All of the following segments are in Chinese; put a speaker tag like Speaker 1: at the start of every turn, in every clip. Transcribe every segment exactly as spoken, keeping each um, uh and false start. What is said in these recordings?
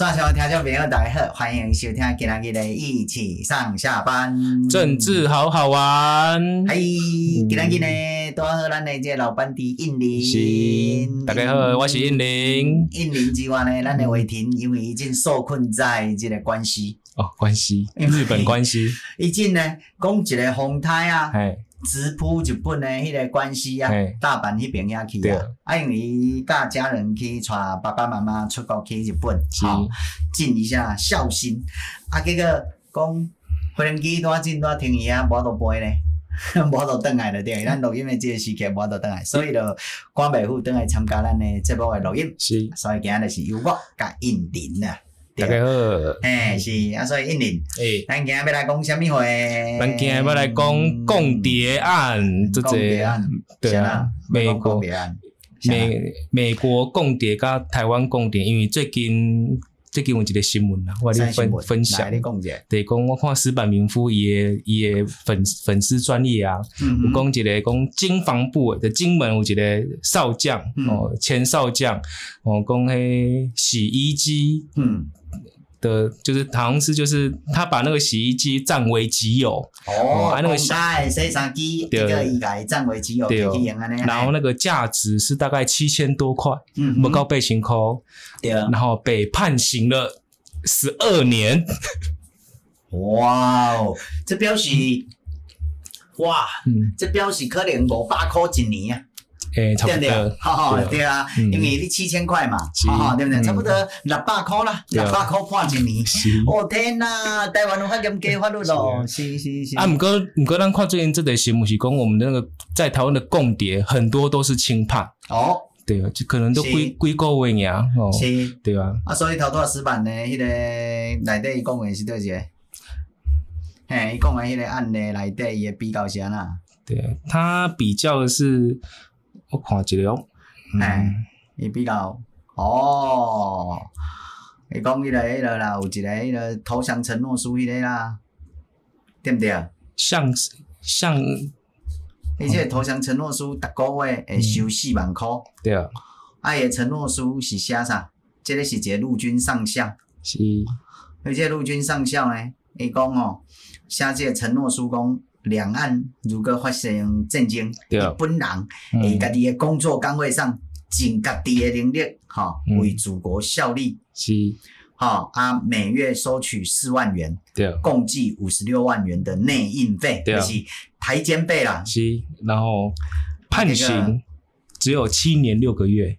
Speaker 1: 线上的听众朋友大家好，欢迎收听今天的一起上下班，
Speaker 2: 政治好好玩。
Speaker 1: 嗨，今天呢多好咱的这老班底印林，
Speaker 2: 大家好，我是印林。
Speaker 1: 印林之外呢，咱的伟霆因为已经受困在这个关西
Speaker 2: 哦，关西，日本关西，
Speaker 1: 已经呢讲一个风台啊。直扑日本的迄个关系啊，大阪迄边遐去啊，啊因为甲家人去带爸爸妈妈出国去日本，好尽一下孝心，啊结果讲飞行机多进多停伊啊，无得飞咧，无得转来了对，咱录音的这个时间无得转来，所以就关北户转来参加咱的节目的录音，是，所以今日是由我甲印林啊。
Speaker 2: 大家好，
Speaker 1: 嘿是啊，所以印林，诶，咱今日要来讲什么话？
Speaker 2: 咱今日要来讲共谍案，这个对啊，美国美美国共谍甲台湾共谍，因为最近最近有一个新闻啦，我咧分分享，对，讲我看石板民夫伊个伊个粉粉丝专页啊，有讲一个讲经防部的金门有一个少将哦，前少将哦，讲迄洗衣机，嗯。的，就是好像是就是他把那个洗衣机占为己有
Speaker 1: 哦，啊那个洗洗衫机一个伊个占为己有，对，
Speaker 2: 然后那个价值是大概七千多块，嗯，不到八千块，对，然后被判刑了十二年。
Speaker 1: 哇哦，这表示哇，嗯，这表示可能五百块一年啊。
Speaker 2: 诶、欸，差不多，
Speaker 1: 哈哈，对啊，因为你七千块嘛，哈哈，对不对？嗯、差不多六百块啦，六百块判一年。哦天哪，台湾有法严格法律咯，是是是。
Speaker 2: 啊，不过不过，咱看最近这个新闻是讲，我们的那个在台湾的共谍很多都是轻判。哦，对啊，就可能都几几个月呀，哦，是，对啊。
Speaker 1: 啊，所以头拄石板呢，迄个内底伊讲的是对一个，嘿，伊讲的迄个案例内底伊的比较是安那？
Speaker 2: 对，他比较的是。我看一个哦，
Speaker 1: 哎，伊比较哦，伊讲迄个迄个啦，有一个迄个投降承诺书迄个啦，对不对？
Speaker 2: 像像，
Speaker 1: 而且投降承诺书逐个月会收四万块，
Speaker 2: 对啊。
Speaker 1: 啊，伊承诺书是写啥？这个是一个陆军上校，是。而且陆军上校呢，伊讲哦，写这个承诺书讲。两岸如果发生战争，伊本人会家己的工作岗位上尽家己的能力，哈、嗯，为祖国效力。是，哈啊，每月收取四万元，对，共计五十六万元的内应费，对，就是台监费啦。
Speaker 2: 是，然后判刑只有七年六个月。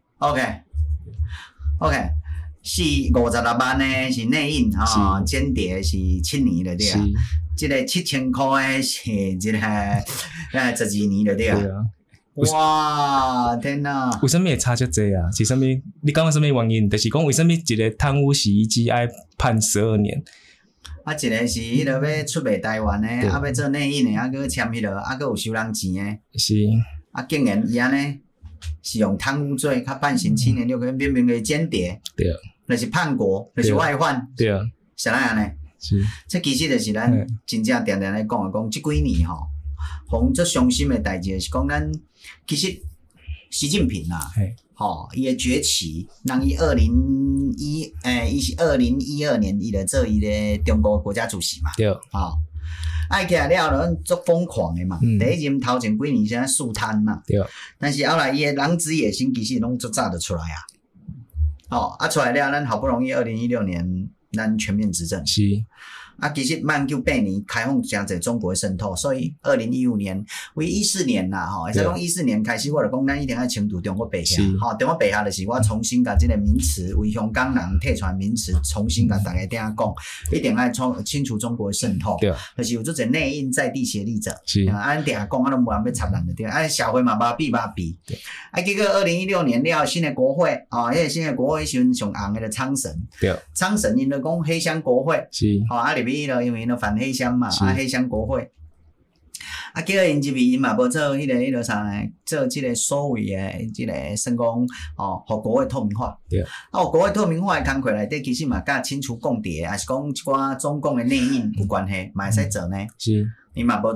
Speaker 1: OK，OK， 是五十六万呢，是内应哈，间谍是七年了，对啊。这个七千块是这个呃十二年了对啊。哇，天哪！
Speaker 2: 为什么会差这多啊？是什么？你讲什么原因？就是讲为什么一个贪污洗衣机要判十二年？
Speaker 1: 啊，一个是迄个要出卖台湾的，啊要做内应的，啊佮签迄个，啊佮有收人钱的。是。啊，竟然伊安尼是用贪污罪，他判刑七年六个月，明明的间谍。对啊。那是叛国，那是外患。对啊。啥样呢？是，这其实就是咱真正定定来讲啊，讲这几年吼，红最伤心的代志是讲咱其实习近平啊，吼伊的崛起，让伊二零一诶，伊是二零一二年伊来做伊的中国国家主席嘛，对，吼，爱起来了，咱足疯狂的嘛，嗯、第一任头前几年现在肃贪嘛，对，但是后来伊的人之野心其实拢足早就出来啊，吼啊出来了，咱好不容易二零一六年。咱全面执政是啊，其实慢就八年开放真侪中国的渗透，所以二零一五年为一四年啦，吼，会使讲一四年开始，我就讲咱一定要清除中国白下，吼，中国白下就是我重新甲这个名词为香港人退传名词，重新甲大家听讲，一定要清清除中国的渗透，对，就是有这种内应在地协力者，是啊，咱定下讲，啊都无人要插人的对，啊社会嘛麻痹麻痹，对，啊结果二零一六年了新的国会，啊，迄个新的国会时阵上红的苍神，对，苍神因就讲黑箱国会，是，吼啊入去了，因为那反黑箱嘛，啊黑箱国会，啊叫因入去因嘛无做迄个迄个啥呢？做即个所谓的即个算讲哦，互国会透明化。对。啊，国会透明化的工作内底其实嘛，甲清除共谍，还是讲一寡中共的内应有关系，嘛会使做呢？是。伊嘛无做，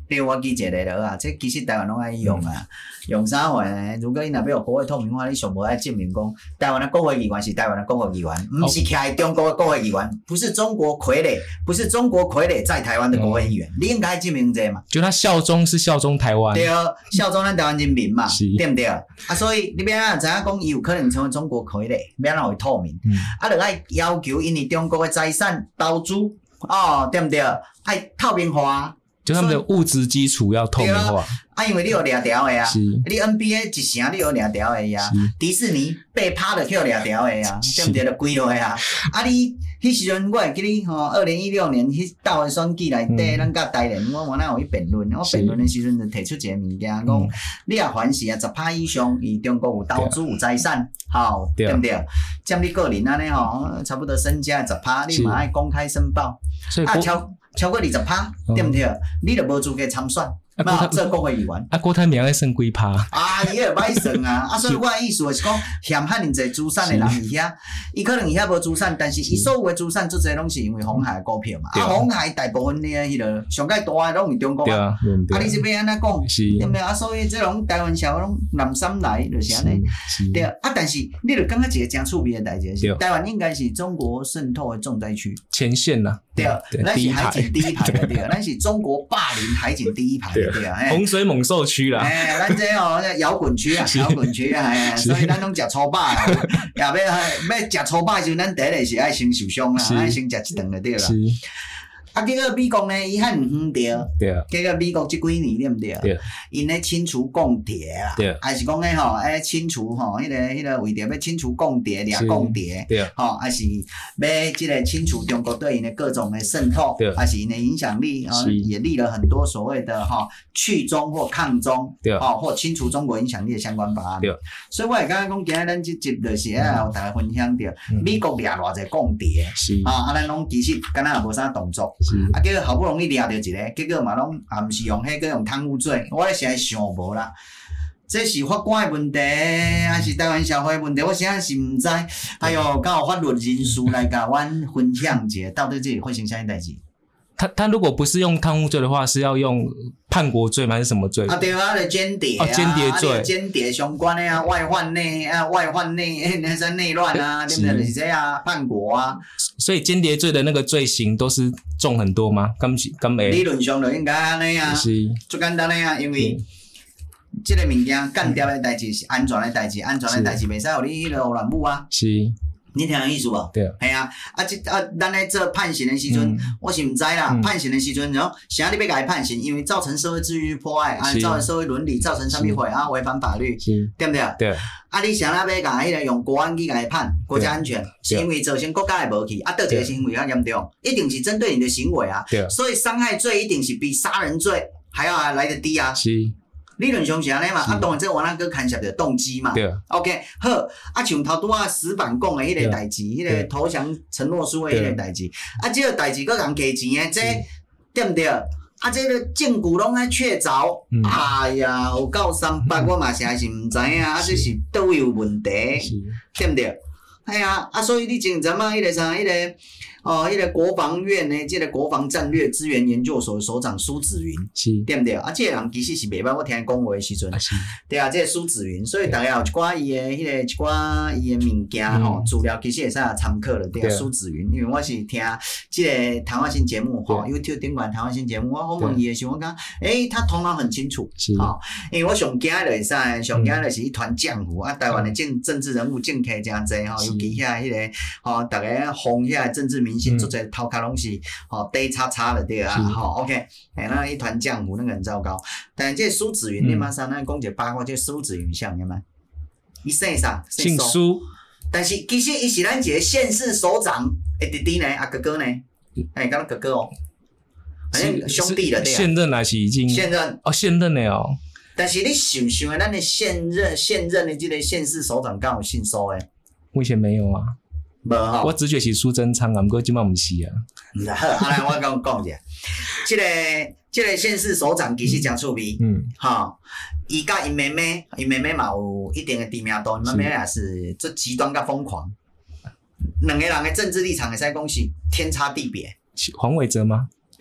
Speaker 1: 对，我记一个了啊，这其实台湾拢爱用啊，嗯、用啥货呢？如果你若要有国会透明化，你上无爱证明讲台湾的国会议员是台湾的国会议员，不是徛在中国的国会议员，不是中国傀儡，不是中国傀儡在台湾的国会议员，嗯、你应该证明这嘛？
Speaker 2: 就他效忠是效忠台湾，
Speaker 1: 对，效忠咱台湾人民嘛，对不对？啊，所以你要哪知影讲伊有可能成为中国傀儡，要哪会透明？嗯、啊，就爱要求因为中国的财产投资哦，对不对？爱透明化。
Speaker 2: 就他们的物质基础要透明化。
Speaker 1: 啊，因为你有掠条的啊，你 N B A 一城你有掠条的啊，迪士尼被趴的去有掠条的啊，对不对？就贵落的啊。啊，你迄时阵我会记你吼，二零一六年迄到的选举内底，咱甲台联我我哪有去辩论？我辩论的时阵就提出一个物件，讲你若凡是啊十趴以上，伊中国有投资有财产，吼，对不对？占你个人安尼吼，差不多身家十趴，你嘛爱公开申报。啊，超超过二十趴，对不对？你就无资格参选。啊，做国会议员。
Speaker 2: 啊，郭台铭爱算几趴？
Speaker 1: 啊，伊个歹算啊！啊，所以我的意思是讲，欠遐尔济资产的人伊遐，伊可能伊遐无资产，但是伊所有的资产做侪拢是因为鸿海股票嘛。啊，鸿海大部分的迄个上界大的拢是中国啊。啊，你是要安怎讲？对不对？啊，所以这种台湾社会拢南山来就是安尼。对啊，但是你就感觉一个真趣味的代志是，台湾应该是中国渗透的重灾区。
Speaker 2: 前线呐。
Speaker 1: 对，咱是海景第一排的对，咱是中国霸凌海景第一排的对啊，
Speaker 2: 洪水猛兽区啦，
Speaker 1: 哎，咱这哦摇滚区啊，摇滚区啊，哎，所以咱拢食粗饱啊，也要要食粗饱的时候，咱第一个是爱先受伤啦，爱先食一顿就对啦。啊，结果美国呢，伊较毋远着，对啊。结果美国即几年对毋对？对。因咧清除共谍啦，对。还是讲咧吼，哎，清除吼，迄个迄个为着要清除共谍、掠共谍，对。吼，还是要即个清除中国对因的各种的渗透，对。还是因的影响力，啊，也立了很多所谓的哈去中或抗中，对。哦，或清除中国影响力的相关法案，对。所以我会感觉讲，今日咱即集就是啊，有大家分享着美国掠偌济共谍，是啊，啊，咱拢其实敢若也无啥动作。啊，结果好不容易掠到一个，结果嘛拢也毋是用迄个用贪污罪，我咧实在想无啦。这是法官的问题，还是台湾社会的问题？我实在是毋知。哎哟，敢有法律人士来甲阮分享者，到底这里发生啥代志？
Speaker 2: 他他如果不是用贪污罪的话，是要用叛国罪吗？还是什么罪？
Speaker 1: 啊，对啊，就间谍啊，
Speaker 2: 哦、间谍罪，
Speaker 1: 啊、间谍相关的啊，外患内啊，外患内那是内乱啊，对不对？就是这啊，叛国啊。
Speaker 2: 所以间谍罪的那个罪行都是重很多吗？敢是敢会？
Speaker 1: 理论上就应该安尼啊，是最简单的啊，因为这个物件干掉的代志是安全的代志，安全的代志袂使互你迄个胡乱舞啊。是。你听有意思无？对，系啊，啊，即啊，咱咧做判刑的时阵，嗯、我是毋知啦。嗯、判刑的时阵，然后啥你要甲伊判刑，因为造成社会秩序破坏，啊，造成社会伦理，造成啥物毁啊，违反法律，对不对？对。啊，你啥啦要甲迄个用国安去甲伊判国家安全，是因为造成国家的无去，啊，倒一个行为较严重，一定是针对你的行为啊。对。所以伤害罪一定是比杀人罪还要来得低啊。是。理论上是安尼嘛，啊，当然这我那个牵涉着动机嘛。对。OK， 好，啊，像头拄仔死板讲的迄个代志，迄个投降承诺书的迄个代志，啊，这个代志搁人加钱的，这对不对？啊，这个证据拢爱确凿，嗯、哎呀，有够三八，我嘛实在是毋知影，啊，这是倒位有问题，对不对？哎呀，啊，所以你真知影迄个啥，迄个。哦，迄、那个国防院呢，即、这个国防战略资源研究所首长苏紫云，是对不对？啊，即、这个人其实是袂歹，我听伊讲话的时阵，对啊，即、这个苏紫云，所以大家有一寡伊的迄、那个一寡伊的物件吼，资、嗯、料其实会使参考了，对啊，苏紫云，因为我是听即个谈话性节目吼 ，YouTube 顶管谈话性节目，我访问伊的时候，我讲，诶，他头脑很清楚，吼、哦，因为我上惊的就是啥，上惊的是一团浆糊、嗯、啊，台湾的政政治人物政客真侪吼，尤其遐迄个吼，大家红遐政治民。做在头壳拢是吼低叉叉的对啊，吼 OK， 哎，那一团浆糊，那个很糟糕。但是这苏紫云，你马上咱讲一个八卦，这苏紫云像有没？伊姓啥？
Speaker 2: 姓苏。
Speaker 1: 但是其实伊是咱一个县市首长的弟弟呢，啊哥哥呢，哎，刚刚哥哥哦，好像兄弟了对啊。
Speaker 2: 现任还是已经？
Speaker 1: 现任
Speaker 2: 哦，现任的哦。
Speaker 1: 但是你想想啊，咱的现任现任的这个县市首长刚好姓苏诶？
Speaker 2: 目前没有啊。
Speaker 1: 无吼，
Speaker 2: 我直觉是苏贞昌啊，毋过即摆毋是啊。
Speaker 1: 毋好，啊来我讲讲者，即个即个县市首长其实真趣味，嗯，吼，伊甲因妹妹，因妹妹嘛有一定的知名度，因妹妹也是最极端甲疯狂，两个人的政治立场会使讲是天差地别。
Speaker 2: 黄伟哲吗？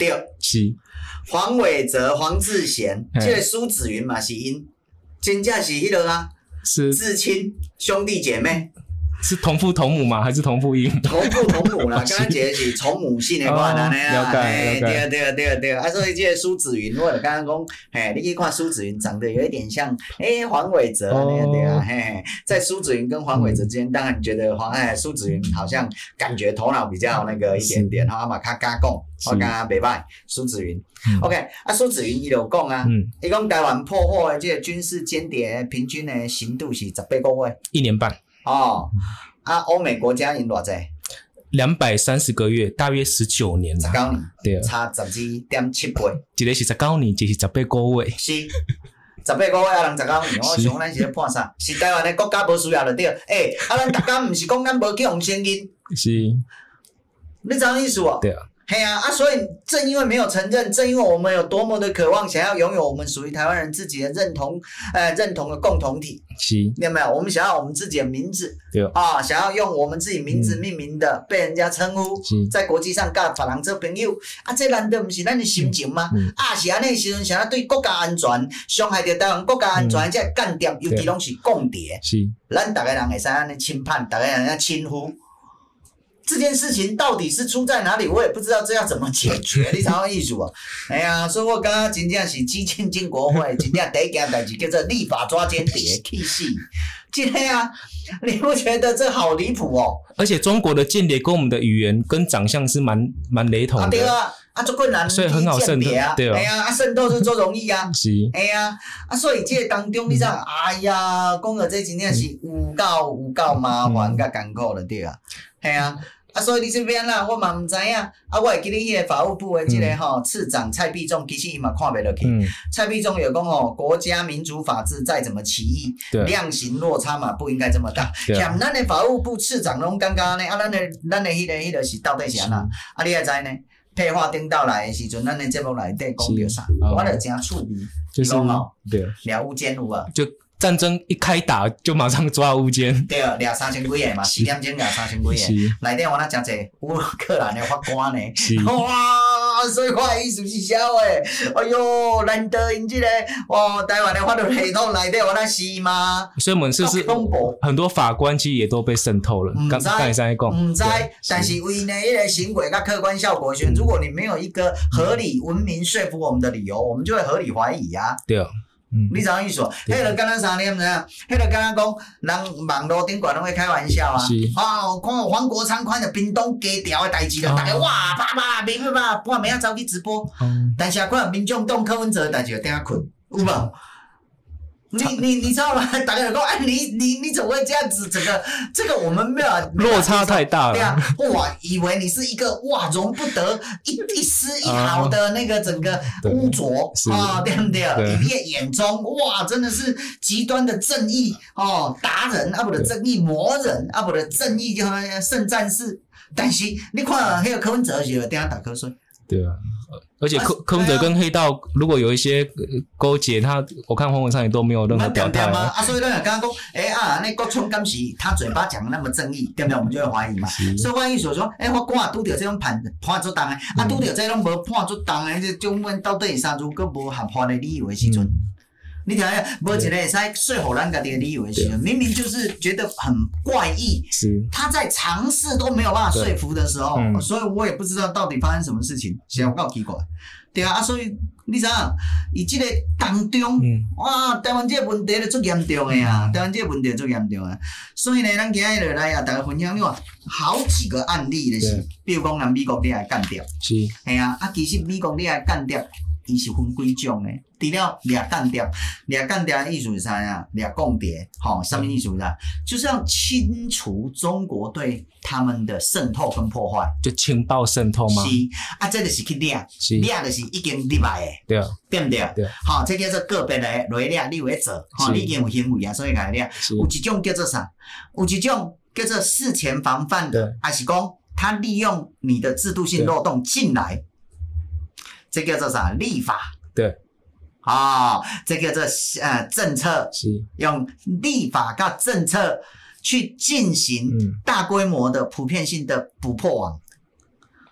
Speaker 1: 对，
Speaker 2: 是
Speaker 1: 黄伟哲、黄志贤，这个苏子云嘛是因，真正是迄个啊，
Speaker 2: 是
Speaker 1: 至亲兄弟姐妹。
Speaker 2: 是同父同母吗？还是同父异母？
Speaker 1: 同父同母啦，刚刚一个是从母姓的款安尼啊，哎，对啊对啊对啊对啊，啊，所以这个苏子云，我刚刚讲，嘿，你去看苏子云长得有一点像，哎，黄伟哲那样对啊，嘿，在苏子云跟黄伟哲之间，当然觉得黄哎苏子云好像感觉头脑比较那个一点点，哈嘛，他敢讲，我讲袂歹，苏子云 ，OK， 啊，苏子云伊就讲啊，伊讲台湾破获的这个军事间谍平均的刑度是十八个月，
Speaker 2: 一年半。
Speaker 1: 哦，啊，欧美国家因偌济？
Speaker 2: 两百三十个月，大约十九年啦。
Speaker 1: 十九年，
Speaker 2: 对，
Speaker 1: 差十二点七倍。
Speaker 2: 一个是十九年，一个是十八个月。
Speaker 1: 是，十八个月啊，人十九年，我想咱是咧判啥？是台湾的国家无需要就对。诶、欸，啊，咱大家毋是讲咱无去互承认。
Speaker 2: 是，
Speaker 1: 你知影意思无？
Speaker 2: 对啊。
Speaker 1: 嘿啊，啊，所以正因为没有承认，正因为我们有多么的渴望，想要拥有我们属于台湾人自己的认同，呃，认同的共同体，
Speaker 2: 是，
Speaker 1: 有没有？我们想要我们自己的名字，
Speaker 2: 对
Speaker 1: 啊，想要用我们自己名字命名的，嗯、被人家称呼，在国际上甲别人做朋友，啊，这难道不是咱的心情吗？嗯、啊，是安尼时阵，想要对国家安全伤害到台湾国家安全，这间谍，尤其拢是共谍，
Speaker 2: 是，
Speaker 1: 咱大家人会使安尼轻判，大家人家轻呼。这件事情到底是出在哪里？我也不知道这要怎么解决，你知道意思无？哎呀，所以我刚刚真正是激进进国会，真正第一件代志叫做立法抓间谍，气死！今天啊，你不觉得这好离谱哦？
Speaker 2: 而且中国的间谍跟我们的语言跟长相是蛮蛮雷同的。
Speaker 1: 啊对啊，啊做困难，
Speaker 2: 所以很好渗透啊。对啊，
Speaker 1: 哎呀，啊渗透是做容易啊。
Speaker 2: 是。
Speaker 1: 哎呀，啊所以这个当中你知道，嗯、哎呀，讲到这真正是有够有够麻烦甲艰苦了，对啊。系啊，啊，所以你这边啦，我嘛毋知影。啊，我会记得迄个法务部的即、这个吼、嗯、次长蔡必仲，其实伊嘛看袂落去。嗯、蔡必仲有讲吼，国家民主法治再怎么歧义，量刑落差嘛不应该这么大。像咱的法务部次长拢感觉呢，啊，咱的咱的迄、那个迄、那个是到底是安那？啊，你也知呢？配话顶到来的时阵，咱的节目内底讲着啥？哦、我就真趣味，
Speaker 2: 就是
Speaker 1: 吼，
Speaker 2: 对，
Speaker 1: 了无间有啊。
Speaker 2: 就战争一开打就马上抓乌奸，
Speaker 1: 对，掠三千几个嘛，四点钟掠三千几个，内底我那真侪乌克兰的法官呢，哇，所以我的意思是啥诶？哎哟，难得因这个哇，台湾的法律系统内底我那是吗？
Speaker 2: 所以我们是不是很多法官其实也都被渗透了？刚刚才在讲，
Speaker 1: 唔知，但是为呢一个行为跟客观效果选，如果你没有一个合理文明说服我们的理由，我们就会合理怀疑啊。
Speaker 2: 对。嗯、
Speaker 1: 你知影意思？迄个敢若啥念怎样？迄个敢若讲，人网络顶管拢会开玩笑啊！啊，看黄国昌看着屏东低调的代志，就大家、哦、哇啪啪，别别啪，半暝啊走去直播。嗯、但是啊，看民众党柯文哲的代志就顶下困，有无？你你你知道吗？大家就讲，哎，你你你怎么会这样子？整个这个我们没有
Speaker 2: 落差太大了。
Speaker 1: 对啊，哇，以为你是一个哇容不得一一丝一毫的那个整个污浊啊，对不对？你的眼中哇，真的是极端的正义哦，达人啊，不的正义魔人啊，不的正义就圣战士。但是你看那个柯文哲就顶下打瞌睡。
Speaker 2: 对啊。而且柯柯文哲跟黑道如果有一些勾结，他我看黄文昌也都没有任何表态
Speaker 1: 啊。啊，所以咱也刚刚讲，哎、欸、啊，那国昌敢是他嘴巴讲的那么正义，对不对？我们就会怀疑嘛。所以万一所说，哎、欸，法官拄到这种判判做重的，啊，拄到这种无判做重的，这种问到底是啥？如果无合法的理由的时阵。嗯你听下，无一个会使说服咱家己的理由的时候，明明就是觉得很怪异，他在尝试都没有办法说服的时候，嗯、所以我也不知道到底发生什么事情，是有够奇怪。对啊，啊，所以你知影，伊即个当中，嗯、哇，台湾这个问题就足严重的啊，台湾这个问题足严重啊。所以呢，咱今日就来啊，大家分享了好几个案例就是，比如讲咱美国你来干掉，是，系啊，啊，其实美国你来干掉。伊是分几种诶？除了掠间谍，掠间谍的意思是啥呀？掠共谍，吼、哦，什么意思啊？就是要清除中国对他们的渗透跟破坏，
Speaker 2: 就情报渗透吗？
Speaker 1: 是，啊，这就是去掠，掠就是已经入来诶，
Speaker 2: 对啊，
Speaker 1: 对不对？对，好、哦，这叫做个别来来掠，你有在做，吼、哦，你已经有行为啊，所以来掠。有一种叫做啥？有一种叫做事前防范的，还是讲他利用你的制度性漏洞进来。这叫做啥？立法。
Speaker 2: 对。
Speaker 1: 啊、哦，这叫做呃政策，是用立法跟政策去进行大规模的普遍性的捕破网。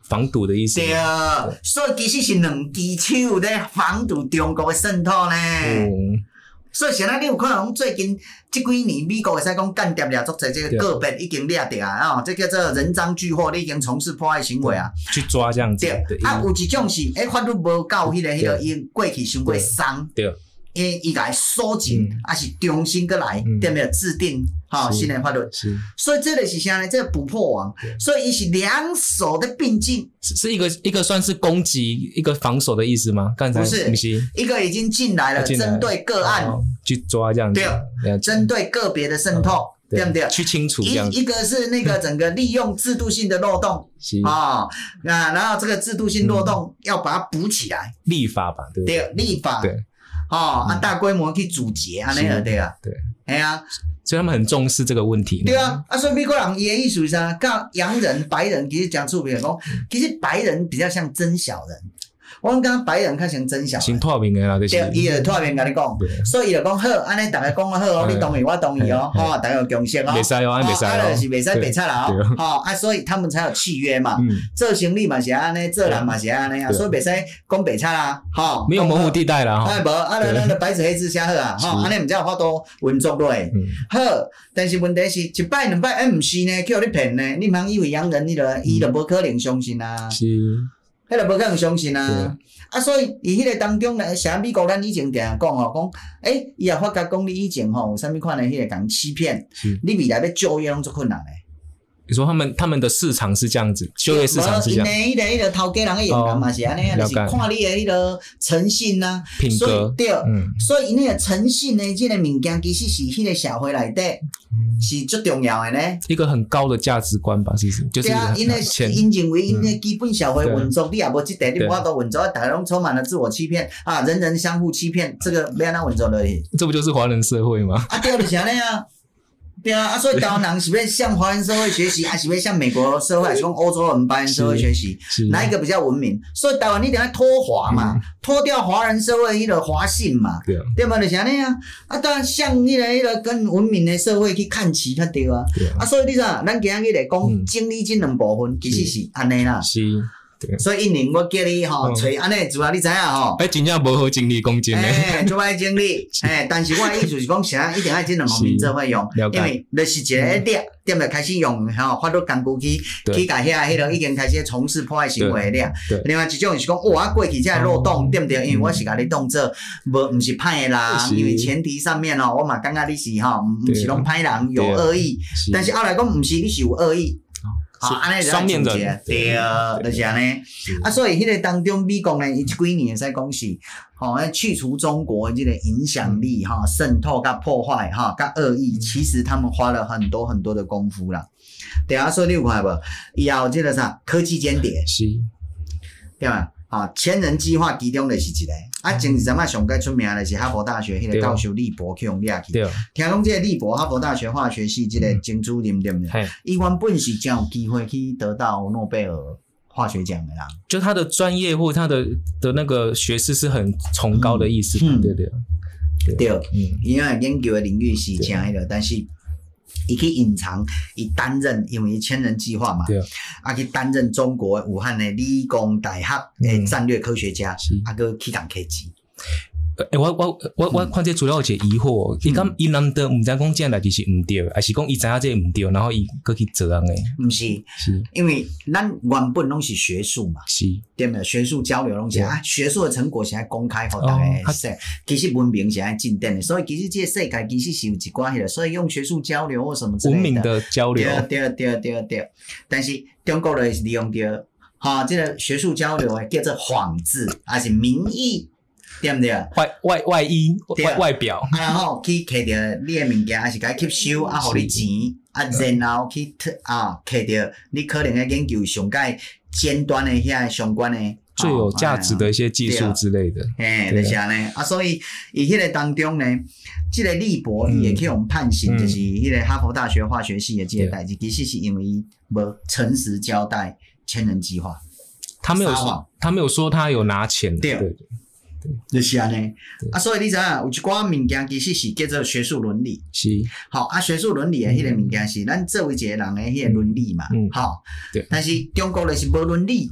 Speaker 2: 防堵的意思。
Speaker 1: 对，所以其实是两只手咧防堵中国的渗透呢。嗯，所以现在你有可能最近这几年美国会使讲间谍掠足侪，这个个别已经掠着啊，哦，这叫做人赃俱获，你已经从事破坏行为啊，
Speaker 2: 去抓这样子。
Speaker 1: 对，啊，有一种是诶法律无够迄个迄个伊过去伤过松。对。因为伊甲伊锁紧，还、嗯、是重新过来，对不对？制定哈、哦、新的法律，所以这个是啥呢？这个捕破网，所以伊是两手的并进，
Speaker 2: 是一个一个算是攻击，一个防守的意思吗？刚才
Speaker 1: 不是，不是一个已经进来了，针对个案、哦、
Speaker 2: 去抓这样子，
Speaker 1: 对，针对个别的渗透。哦对不对？
Speaker 2: 去清除这样
Speaker 1: 一一个是那个整个利用制度性的漏洞啊，那、哦、然后这个制度性漏洞要把它补起来，
Speaker 2: 立法吧，对不对？
Speaker 1: 对，立法，对。哦，啊，大规模去阻截，安尼个对啊，
Speaker 2: 对，
Speaker 1: 哎呀，
Speaker 2: 所以他们很重视这个问题。
Speaker 1: 对啊，啊，所以美国人伊的意思是啥？甲洋人、白人其实讲出别讲，其实白人比较像真小人。我讲讲白人较像真小人，
Speaker 2: 先脱面的啦，就是。
Speaker 1: 对，伊就脱面甲你讲，所以伊就讲好，安尼大家讲啊好哦，你同意我同意哦，吼，大家有共识哦。
Speaker 2: 袂使哦，袂使哦。
Speaker 1: 啊，就是袂使白贼啦哦，吼啊，所以他们才有契约嘛。做生意嘛是安尼，做人嘛是安尼啊，所以袂使讲白贼啦，吼。
Speaker 2: 没有模糊地带啦，
Speaker 1: 哈。哎，无，啊，咱咱就白纸黑字写好啊，吼，安尼毋才有法度运作落去。好，但是问题是一摆两摆，哎，毋是呢，叫你骗呢，你毋通以为洋人，你就伊就无可能相信啊。
Speaker 2: 是。
Speaker 1: 迄个无可能相信啊！啊，所以伊迄个当中咧，像美国咱以前定讲吼，讲诶，伊也发觉讲你以前吼有啥物款的迄个共欺骗，你未来要就业拢足困难诶。
Speaker 2: 你说他们他们的市场是这样子，就业市场是这样。
Speaker 1: 因为迄个迄个头家人的用感嘛是安尼啊，就是看你的迄个诚信呐，
Speaker 2: 品格
Speaker 1: 对，嗯，所以伊那个诚信的这个物件，其实是迄个社会内底是最重要的呢。
Speaker 2: 一个很高的价值观吧，是不是？就是
Speaker 1: 对啊，因为因认为因为基本社会运作，你也无即块，你无法度运作，大家拢充满了自我欺骗啊，人人相互欺骗，这个要安怎运作落去？
Speaker 2: 这不就是华人社会吗？
Speaker 1: 啊，对，就是安尼啊。对啊，啊，所以台湾人是要向华人社会学习，还是要向美国社会，还是讲欧洲人白人社会学习？哪一个比较文明？所以台湾你一定要脱华嘛，嗯、脱掉华人社会迄个华性嘛，对啊，对嘛，就是安尼啊。啊，当然向迄个迄个更文明的社会去看齐，较对啊。对啊，啊，所以你啥，咱今日来讲经历这两部分，其实是安尼啦。
Speaker 2: 是。
Speaker 1: 所以一年我叫你吼找安尼主要你知影吼，
Speaker 2: 哎，真正无好经历讲真诶，
Speaker 1: 哎，做歹经历，哎，但是我的意思是讲啥，一定爱这两方面做伙用，因为就是一个点点就开始用吼法律工具去去甲遐迄个已经开始从事破坏行为了。另外一种是讲，哦，我过去这个漏洞对不对？因为我是甲你当做无毋是歹诶人，因为前提上面哦，我嘛感觉你是吼毋是拢歹人有恶意，但是后来讲毋是你是有恶意。好，安尼就面人对，就是安尼。啊，所以迄个当中，美国呢，伊即几年会使讲是，吼、哦，去除中国即个影响力、哈、渗透、甲破坏、哈、甲恶意，其实他们花了很多很多的功夫啦。对啊，所以你有看无？以后即个啥科技间谍，
Speaker 2: 是，
Speaker 1: 对嘛？啊，千人计划其中就是一个，啊，前一阵仔上届出名的是哈佛大学迄个教授利伯去用掠去，听讲这个利伯哈佛大学化学系这个前主任对不对？伊原本是真有机会去得到诺贝尔化学奖的啦，
Speaker 2: 就他的专业或他的的那个学识是很崇高的意思，嗯、对对
Speaker 1: 对，对，嗯，因为研究的领域是这样的，但是。伊去隐藏，伊担任，因为千人计划嘛，啊去担任中国武汉的理工大学的战略科学家，嗯、啊个去当科技。
Speaker 2: 诶、欸，我我我我看这主要有一个疑惑，伊讲伊难得毋知讲这代志是毋对，还是讲伊知影这毋对，然后伊搁去做人诶？
Speaker 1: 毋是，是因为咱原本拢是学术嘛，
Speaker 2: 是
Speaker 1: 对没有？学术交流拢是啊，学术的成果是爱公开互大家识，其实文明是爱进展的，所以其实这个世界其实是有一寡迄个，所以用学术交流或什么之类的，
Speaker 2: 文明的交流，
Speaker 1: 对对对对对，但是中国人是利用着哈，这个学术交流诶叫做幌子，还是名义。对不对？
Speaker 2: 外外外衣外外表，
Speaker 1: 啊，然后去摕着你的物件，还是甲伊吸收，啊，互你钱，啊，然后去啊，摕着你可能的研究上界尖端的遐相关的
Speaker 2: 最有价值的一些技术之类的。
Speaker 1: 嘿，就是安尼啊，所以伊迄个当中呢，这个利伯伊也去用判刑，就是迄个哈佛大学化学系的这个代志，其实是因为伊无诚实交代千人计划。
Speaker 2: 他没有说，他没有说他有拿钱。
Speaker 1: 对。对就是安尼，啊，所以你知影有一寡物件其实是叫做学术伦理，
Speaker 2: 是，
Speaker 1: 好啊，学术伦理的迄个物件是咱作为一个人的迄个伦理嘛，嗯，好，对，但是中国的是无伦理，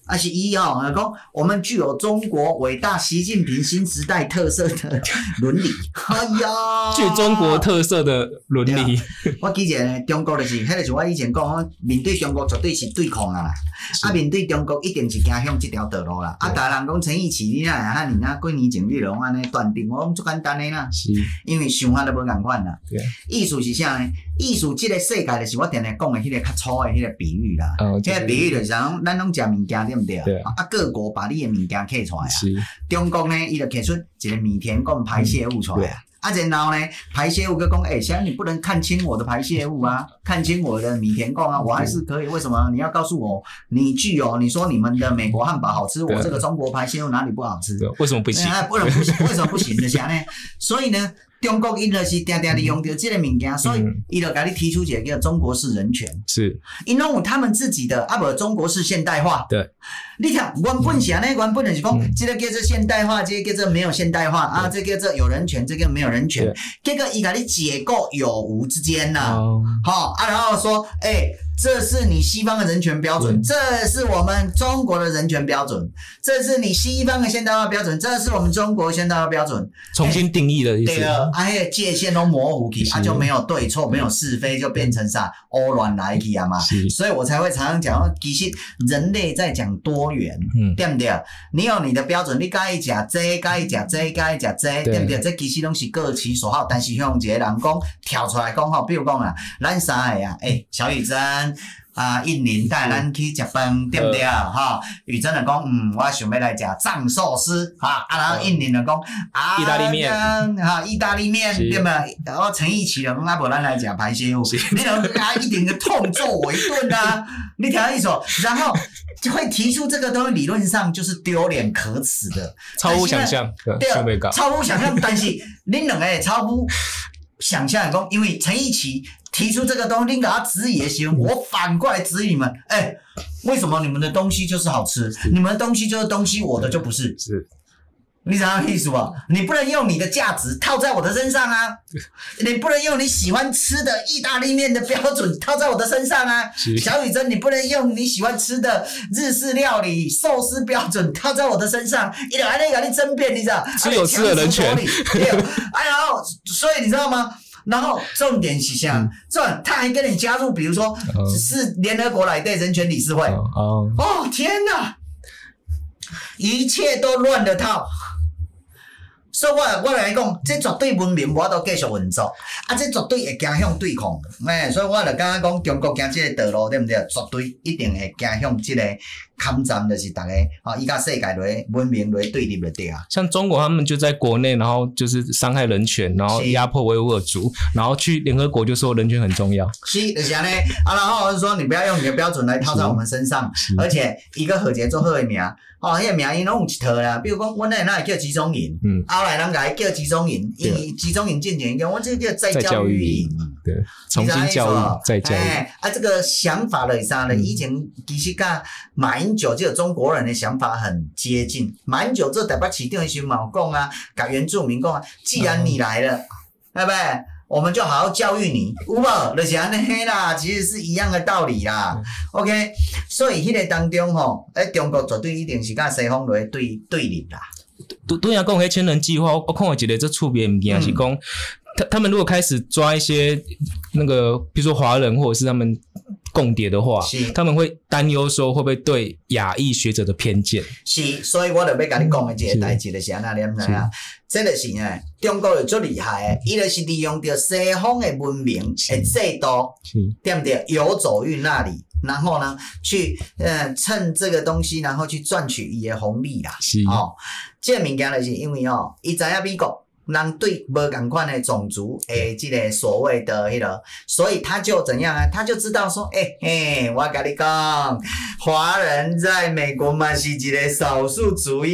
Speaker 1: 啊是伊吼，讲我们具有中国伟大习近平新时代特色的伦理。哎呀，
Speaker 2: 具中国特色的伦理。
Speaker 1: 我记者中国就是，迄个是我以前讲，面对中国绝对是对抗啊啦，啊面对中国一定是行向这条道路啦。啊，大人讲陈奕迅，你哪会哈尼啊？几年前你拢安尼断定，我讲足简单诶啦，
Speaker 2: 是，
Speaker 1: 因为想法都无共款啦。意思是啥呢？意思即个世界就是我定定讲诶迄个较粗诶迄个比喻啦。哦，即个比喻就是讲，咱拢食物件对毋对？对。啊，各国把你诶物件摕出来啊。是。中国呢，伊就摕出一个米田共排泄物出来啊。啊，然后呢，排泄物就讲，诶，现在你不能看清我的排泄物啊，看清我的米田共啊，我还是可以。为什么？你要告诉我，你具有你说你们的美国汉堡好吃，我这个中国排泄物哪里不好吃？
Speaker 2: 为什么不行？
Speaker 1: 哎，不能不行，为什么不行？就是安尼。所以呢。中国因就是定定利用到这个物件，所以伊就甲你提出一个叫中国式人权。
Speaker 2: 是，
Speaker 1: 因拢有他们自己的，啊无中国式现代化。
Speaker 2: 对，
Speaker 1: 你看原本是安尼，原本就是讲，这个叫做现代化，这个叫做没有现代化啊，这个叫做有人权，这个没有人权。结果伊甲你解构有无之间呐，好啊，然后说，哎。这是你西方的人权标准，这是我们中国的人权标准，这是你西方的现代化标准，这是我们中国现代化标准，
Speaker 2: 重新定义的意思。
Speaker 1: 对了，啊，迄个界限都模糊去，啊就没有对错，没有是非，就变成啥欧乱来去啊嘛。所以我才会常常讲，其实人类在讲多元，嗯、对不对？你有你的标准，你该食这，该食这，该食这，对不对？这其实拢是各其所好，但是像一个人讲跳出来讲吼，比如讲啊，咱三个啊，诶、欸，小雨珍。啊，印尼带咱去食饭，对不对啊？哈，雨珍就讲，嗯，我想要来食藏寿司，哈，啊，然后印尼就讲，啊，
Speaker 2: 意大利面，
Speaker 1: 哈，意大利面，对嘛？然后陈奕迅就讲，啊，无咱来食排泄物，你能啊一点个痛揍我一顿啊？你听意思？然后就会提出这个东西，理论上就是丢脸可耻的，
Speaker 2: 超乎想象，
Speaker 1: 对啊，超乎想象，但是恁两个超乎想象讲，因为陈奕迅。提出这个东西，你给他质疑也行，我反过来质疑你们，哎、欸，为什么你们的东西就是好吃？你们的东西就是东西，我的就不是。
Speaker 2: 是，
Speaker 1: 你知道意思吧？你不能用你的价值套在我的身上啊！你不能用你喜欢吃的意大利面的标准套在我的身上啊！小雨珍，你不能用你喜欢吃的日式料理寿司标准套在我的身上，一直来跟你争辩，你知道？
Speaker 2: 只有吃的人权。
Speaker 1: 对，哎呀，所以你知道吗？然后重点是啥？重点他还跟你加入，比如说是联合国来对人权理事会。哦，哦天哪！一切都乱了套。所以我我来讲，这绝对文明，我都继续运作。啊，这绝对会走向对抗。哎，所以我就刚刚讲，中国行这个道路，对不对？绝对一定会走向这个抗战，就是大家啊，伊甲世界来文明来对立的对啊。
Speaker 2: 像中国他们就在国内，然后就是伤害人权，然后压迫维吾尔族，然后去联合国就说人权很重要。
Speaker 1: 是，就是安尼啊，然后就说你不要用你的标准来套在我们身上，而且一个和谐做好的名。哦，迄、那个名因拢有一套啦，比如讲，阮那哪会叫集中营，嗯，后来人甲伊叫集中营，伊集中营进前叫我这个叫再教育营，
Speaker 2: 对，重新教育，再教育。
Speaker 1: 哎，啊，这个想法了是啥呢？嗯、以前其实甲马英九这个中国人的想法很接近。马英九做台北市长的时候嘛有讲啊，甲原住民讲啊，既然你来了，对不对？我们就好好教育你，有无？就是安尼啦，其实是一样的道理啦。嗯、OK， 所以迄个当中吼，诶，中国绝对一定是甲西方来对对立啦。
Speaker 2: 对对啊，讲迄千人计划，我看过一个最趣味的物件是讲，他他们如果开始抓一些那个，比如说华人或者是他们共谍的话，他们会担忧说会不会对亚裔学者的偏见。
Speaker 1: 是，所以我就要甲你讲的这个代志就是安那念啦。这就是呢，中国就最厉害的，伊就是利用着西方的文明的制度，对不对？游走于那里，然后呢，去呃趁这个东西，然后去赚取伊的红利啦。哦，这个物件就是因为哦，伊知影美国人对无同款的种族诶，这个所谓的迄个，所以他就怎样啊？他就知道说，诶、欸、嘿，我跟你讲，华人在美国嘛是一个少数主义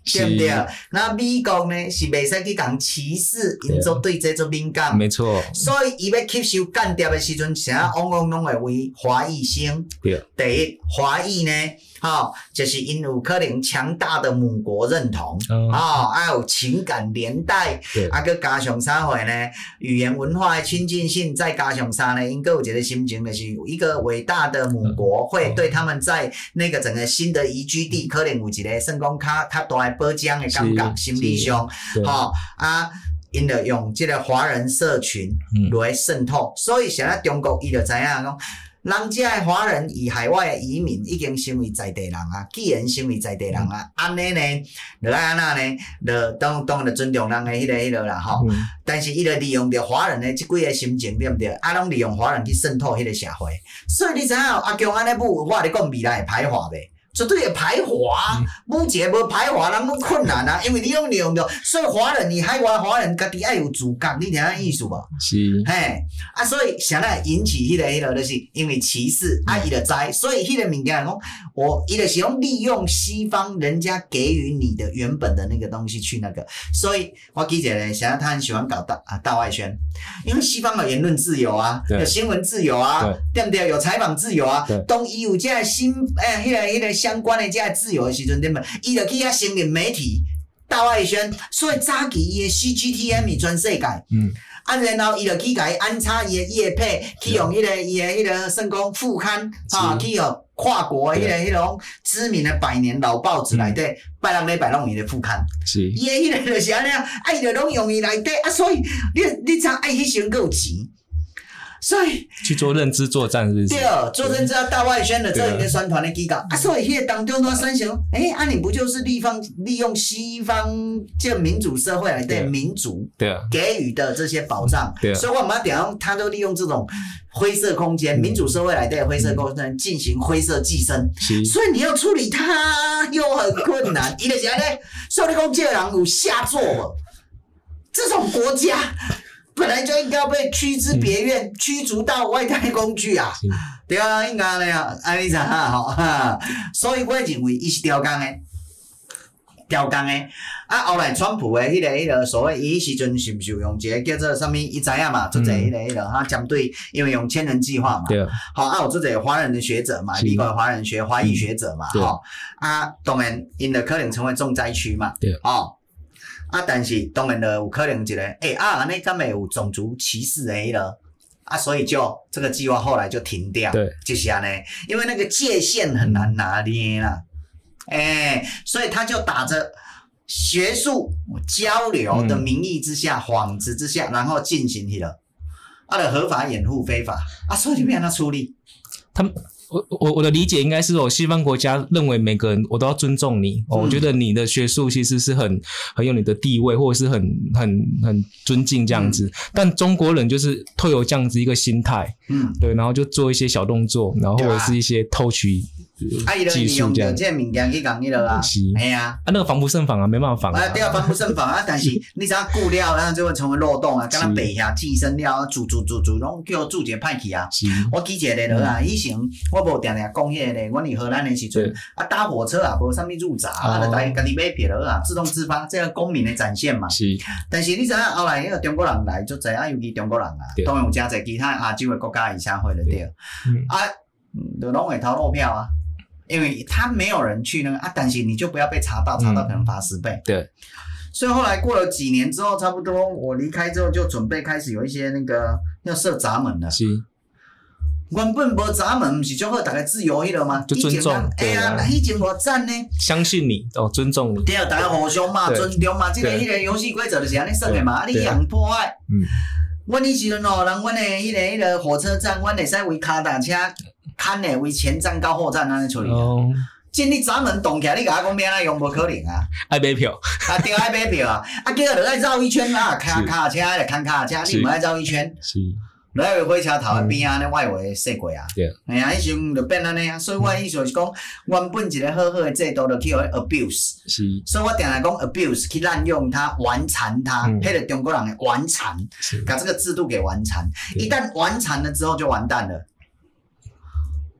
Speaker 1: 对不对？那美国呢是袂使去讲歧视，因做对这做敏感，
Speaker 2: 没错。
Speaker 1: 所以伊要吸收间谍的时阵，啥往往拢会为华裔先。
Speaker 2: 对。
Speaker 1: 第一，华裔呢，吼、哦，就是因有可能强大的母国认同，哦，哦还有情感连带，啊，佮加上啥货呢？语言文化的亲近性，再加上啥呢？因佮有一个心情，就是一个伟大的母国会对他们在那个整个新的宜居地，可能有一个算讲较较大的保障的感觉，心理上，吼、哦、啊。因着用即个华人社群来渗透，嗯、所以现在中国伊就知影讲，人遮的华人以海外的移民已经成为在地人啊，既然成为在地人啊，安尼、嗯、呢，就爱安那呢，就当当然尊重人的迄、那个迄、那个啦吼。嗯、但是伊就利用着华人的即几个心情，对不对？啊，拢利用华人去渗透迄个社会，所以你知影阿强安尼母，我咧讲未来会排华袂？绝对会排华，母一个无排华人拢困难啊，因为你拢利用着，所以华人，你海外华人家己爱有自觉，你听下意思无？
Speaker 2: 是。
Speaker 1: 嘿，啊，所以啥来引起迄、那个迄、那个，就是因为歧视，啊，伊就知，所以迄个物件讲，我伊就是用利用西方人家给予你的原本的那个东西去那个，所以我记者咧，现在他很喜欢搞大啊大外宣，因为西方有言论自由啊，有新闻自由啊，对不对？有采访自由啊，当伊有这新诶，迄、那个迄、那个。相关的这个自由的时阵，对不？伊就去遐成立媒体大外宣，所以早期伊的 C G T M 是全世界。嗯。啊，然后伊就去甲伊安插伊的业配，去用迄、那个伊的迄个算讲副刊啊，去用跨国迄、那个迄种知名的百年老报纸内底，拜六礼拜拢伊的副刊。是。伊的迄个就是安尼啊，啊伊就拢用伊内底啊，所以你你知爱迄时阵够钱。所以
Speaker 2: 去做认知作战是不是？
Speaker 1: 对，做认知大外宣的这一个宣传的机构啊，所以迄个当中都三想，诶，啊你不就是利方利用西方这民主社会来对民主给予的这些保障？对，所以我们点样，他都利用这种灰色空间，嗯、民主社会来对灰色空间进行灰色寄生，所以你要处理它又很困难。伊就是安尼，所以你讲这个人有下作了，这种国家。本来就应该被驱之别院，嗯、驱逐到外太空去啊！对啊，应该那样，安尼啥哈？所以我认为伊是刁工诶，刁工诶。啊，后来川普诶，迄、那个迄、那个所谓伊时阵是毋是用一个叫做啥物？伊知影嘛？做者迄个迄个，他针对因为用千人计划嘛，对。好啊，有做者华人的学者嘛，美国的华人学华裔学者嘛，吼、嗯、啊，当然因的可能成为重灾区嘛，对，哦。啊，但是当然了，有可能一个，诶、欸、啊，安尼敢会有种族歧视的了，啊，所以就这个计划后来就停掉，对，就是安尼，因为那个界限很难拿捏啦，诶、欸，所以他就打着学术交流的名义之下，幌、嗯、子之下，然后进行去了，啊，的合法掩护非法，啊，所以就变他处理，
Speaker 2: 他们。我我我的理解应该是哦，西方国家认为每个人我都要尊重你哦，嗯、我觉得你的学术其实是很很有你的地位，或者是很很很尊敬这样子。嗯、但中国人就是透有这样子一个心态，嗯，对，然后就做一些小动作，然后或者是一些偷取。
Speaker 1: 啊，伊就利用着这物件去讲迄落啊，哎呀，
Speaker 2: 啊那个防不胜防啊，没办法防啊。
Speaker 1: 啊，对啊，防不胜防啊，但是你知影顾了，然后就会成为漏洞啊，敢若白遐寄生了，煮煮煮煮，拢叫煮一个歹去啊。我记一个咧落啊，以前我无定定讲迄个咧，阮伫荷兰的时阵，啊搭火车啊，无啥物入闸，啊，就家家己买票落啊，自动自发，这个公民的展现嘛。是。但是你知影后来迄个中国人来足侪啊，尤其中国人啊，当然有诚侪其他亚洲的国家的社会了对，啊，就拢会偷漏票啊。因为他没有人去那个啊，但是你就不要被查到，查到可能罚十倍。嗯、对，所以后来过了几年之后，差不多我离开之后，就准备开始有一些那个要设闸门了。是，原本无闸门，不是就好大家自由迄个吗？
Speaker 2: 就尊重，
Speaker 1: 哎呀，以前偌赞呢。
Speaker 2: 相信你哦，尊重你。
Speaker 1: 对啊，大家互相嘛，尊重嘛，这个迄个游戏规则就是安尼算的嘛，啊，你养破坏。嗯。阮以前哦，人阮的迄个迄个火车站，阮会使为脚踏车。看诶，为前站到后站安尼处理。哦，进你闸门动起来，你甲我讲要安怎用无可能啊！
Speaker 2: 爱买票，
Speaker 1: 啊对，爱买票啊！啊，叫落爱绕一圈啊，卡卡车来看卡车，你毋爱绕一圈。是。落来火车头边啊，咧外围说过啊。对。哎呀，迄时就变安尼啊，所以我意思就是讲，原本一个好好的制度就去互 abuse。是。所以我定来讲 abuse 去滥用它、玩残它，迄个中国人的玩残，把这个制度给玩残。一旦玩残了之后，就完蛋了。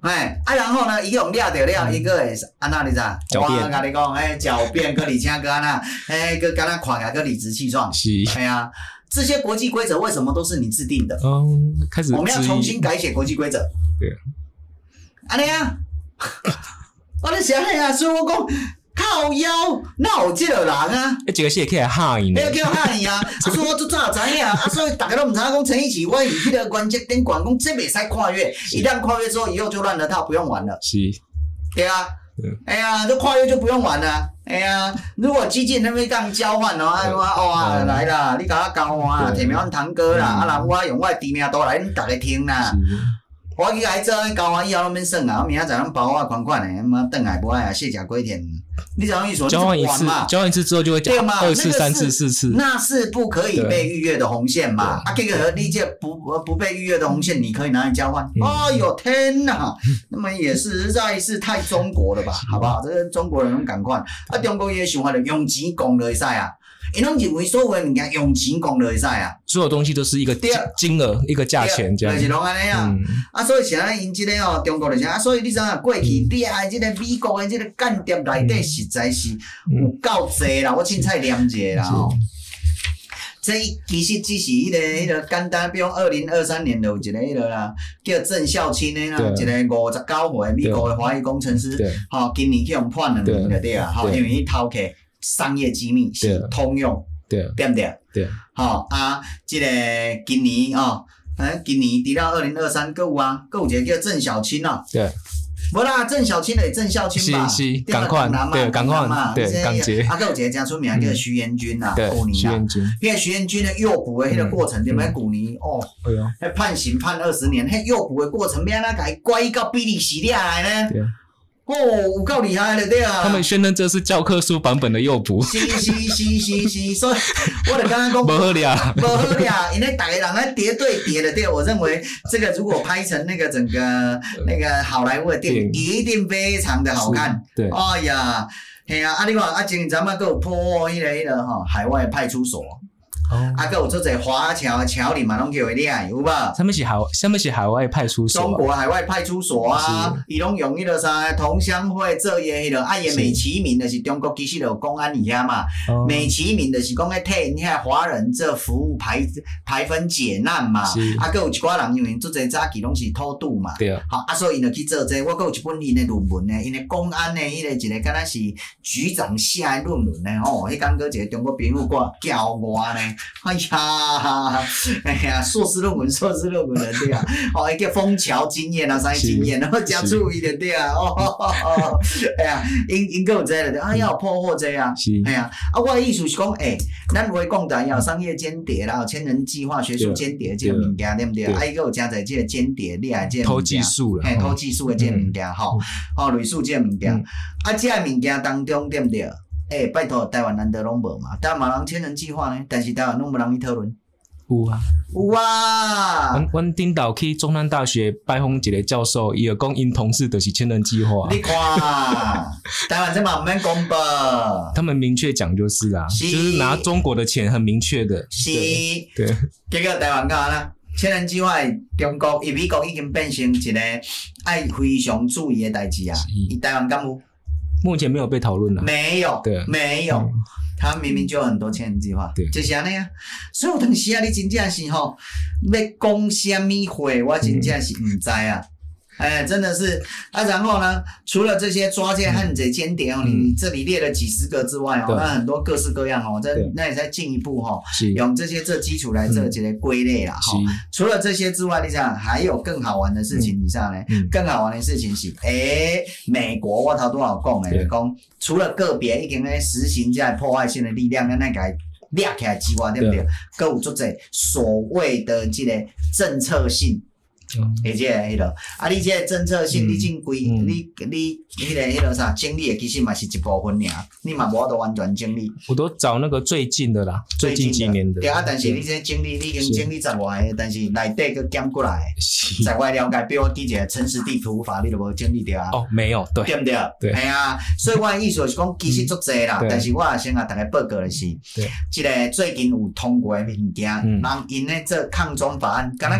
Speaker 1: 哎，啊，然后呢，伊用抓着了，伊个会安那你知？我甲你讲，哎，狡辩，个而且个安那，哎，个敢若看起来个理直气壮。
Speaker 2: 是。
Speaker 1: 哎呀，这些国际规则为什么都是你制定的？
Speaker 2: 哦，开始。
Speaker 1: 我们要重新改写国际规则。
Speaker 2: 对。
Speaker 1: 安尼啊，我咧想嘿啊，所以我讲。靠腰，哪有即个人啊？
Speaker 2: 一个是会起来吓伊呢，
Speaker 1: 哎，叫吓伊啊！啊，所以我最早知影，啊，所以大家都唔知影讲陈奕迅，我以迄个关节顶管讲，这袂使跨越，一旦跨越之后，以后就乱了套，不用玩了。
Speaker 2: 是，
Speaker 1: 对啊，哎呀，这跨越就不用玩了。哎呀，如果基金那边这样交换哦，啊，哇，来啦，你甲我交换啊，摕名阮堂哥啦，啊，然我用我知名度来，恁大家听啦。我去来做交换以后，免算啊！我明仔载咱包我款款诶，妈转来无爱啊，谢甲归田。你怎样意思？
Speaker 2: 交换一次，交换一次之后就会讲二次、三次、四次，
Speaker 1: 那是不可以被逾越的红线嘛？啊，这个你这不不被逾越的红线，你可以拿来交换。哎呦天哪！那么也实在是太中国了吧？好不好？这个中国人拢赶快啊！中国也想法就用钱讲就会使啊。因拢认为所有的物件用钱讲就会使啊，
Speaker 2: 所有东西都是一个金额、一个价钱这样。
Speaker 1: 就是拢安尼啊，嗯、啊，所以现在因即个哦，中国就是啊，所以你知影过去掠的即个美国的即个间谍内底实在是有够济啦，我凊彩念者啦吼。这其实只是迄、那个迄、那个简单，比如二零二三年就有一个迄个啦，叫郑孝清的啦，一个五十九岁美国的华裔工程师，吼、哦，今年去用判两年就对啊，吼，因为伊偷摕。商业机密是通用，对，对不对？
Speaker 2: 对，
Speaker 1: 好啊，这个今年哦，哎，今年除了二零二三，还有啊，还有一个叫郑小青啊，
Speaker 2: 对，
Speaker 1: 无啦，郑小青的郑孝清吧，
Speaker 2: 是是，赶快，对，赶快嘛，对，港捷，
Speaker 1: 啊，还有一个真出名叫徐彦军呐，古年啊，因为徐彦军的诱捕的迄个过程，对不对？古年哦，迄判刑判二十年，迄诱捕的过程，要安怎甲伊拐到比利时掠来呢？哦，有够厉害了，对啊！
Speaker 2: 他们宣称这是教科书版本的诱捕。
Speaker 1: 是是是是是，所以我就刚刚讲，
Speaker 2: 无好俩，
Speaker 1: 无好俩，因为大家人在叠对叠的，对，我认为这个如果拍成那个整个那个好莱坞的电影，一定非常的好看。对，哎呀，嘿啊，啊，你看啊，前咱们还有破获迄个迄个吼海外派出所。哦，啊，还有做者华侨的侨领嘛，拢叫伊掠，有无？
Speaker 2: 什么是海？什么是海外派出所？
Speaker 1: 中国海外派出所啊，伊拢用迄个啥同乡会做伊迄个，啊，伊美其名就是中国其实就有公安伫遐嘛，哦、美其名就是讲咧替因遐华人做服务排排分解难嘛，啊，还有一寡人因为做者早期拢是偷渡嘛，对啊，好啊，所以因就去做这個，我还有一本因的论文呢，因为公安的迄个一个敢若是局长写的论文呢，吼，迄刚个一个中国朋友我教我呢。哎呀，哎呀，硕士论文，硕士论文的对啊，哦，一个枫桥经验啊，啥经验，然后加注意的对啊，哦哦哦，哎呀，因因个有这个，啊，要破获这啊，哎呀，啊，我的意思是讲，诶、欸，咱话讲的要商业间谍啦，千人计划、学术间谍这个物件，对不对？啊，伊个有加在这个间谍，厉害这个
Speaker 2: 偷技术了，
Speaker 1: 嘿，偷技术的这个物件，吼，吼，类似这个物件，啊，这个物件当中，对不对？诶、欸，拜托，台湾难得拢无嘛，台湾嘛人千人计划呢，但是台湾拢无人去讨论。
Speaker 2: 有啊，
Speaker 1: 有啊。
Speaker 2: 阮阮顶头去中南大学拜访一个教授，伊就讲因同事就是千人计划。
Speaker 1: 你看，台湾这嘛唔免公布。
Speaker 2: 他们明确讲就是啦、啊，就是拿中国的钱，很明确的。
Speaker 1: 是。
Speaker 2: 对。
Speaker 1: 结果台湾干啥呢？千人计划，中国伊美国已经变成一个爱非常注意的代志啊。伊台湾敢有？
Speaker 2: 目前没有被讨论了，
Speaker 1: 没有，对，没有，嗯、他明明就有很多千人计划，对，就是安尼啊。所以有当时啊，你真正是吼，要讲什么话，我真正是唔知啊。哎，真的是啊！然后呢，除了这些抓这些汉贼间谍哦，嗯、你这里列了几十个之外哦，那很多各式各样哦，在那也在进一步哈、哦，用这些这基础来做这些归类啦哈、嗯。除了这些之外，你想还有更好玩的事情，你想呢？嗯、更好玩的事情是，哎，美国我头拄好讲诶，讲除了个别已经咧实行这破坏性的力量，咱那个掠起来之外，对不对？更有做者所谓的这个政策性。而且迄个，啊，你这个政策性，你正规，你你迄个迄个啥，经历其实嘛是一部分尔，你嘛无法度完全经历。
Speaker 2: 我都找那个最近的啦，最近几年的。
Speaker 1: 对啊，但是你这经历，你已经经历十外个，但是内底佫减过来，在外了解，比如我记一个诚实地图法，你都无经历着啊。
Speaker 2: 哦，没有，对，
Speaker 1: 对不对？对，系啊，所以我的意思是讲，其实足济啦，但是我也先甲大家报告的是，即个最近有通过的物件，人因咧做抗中法案，敢若。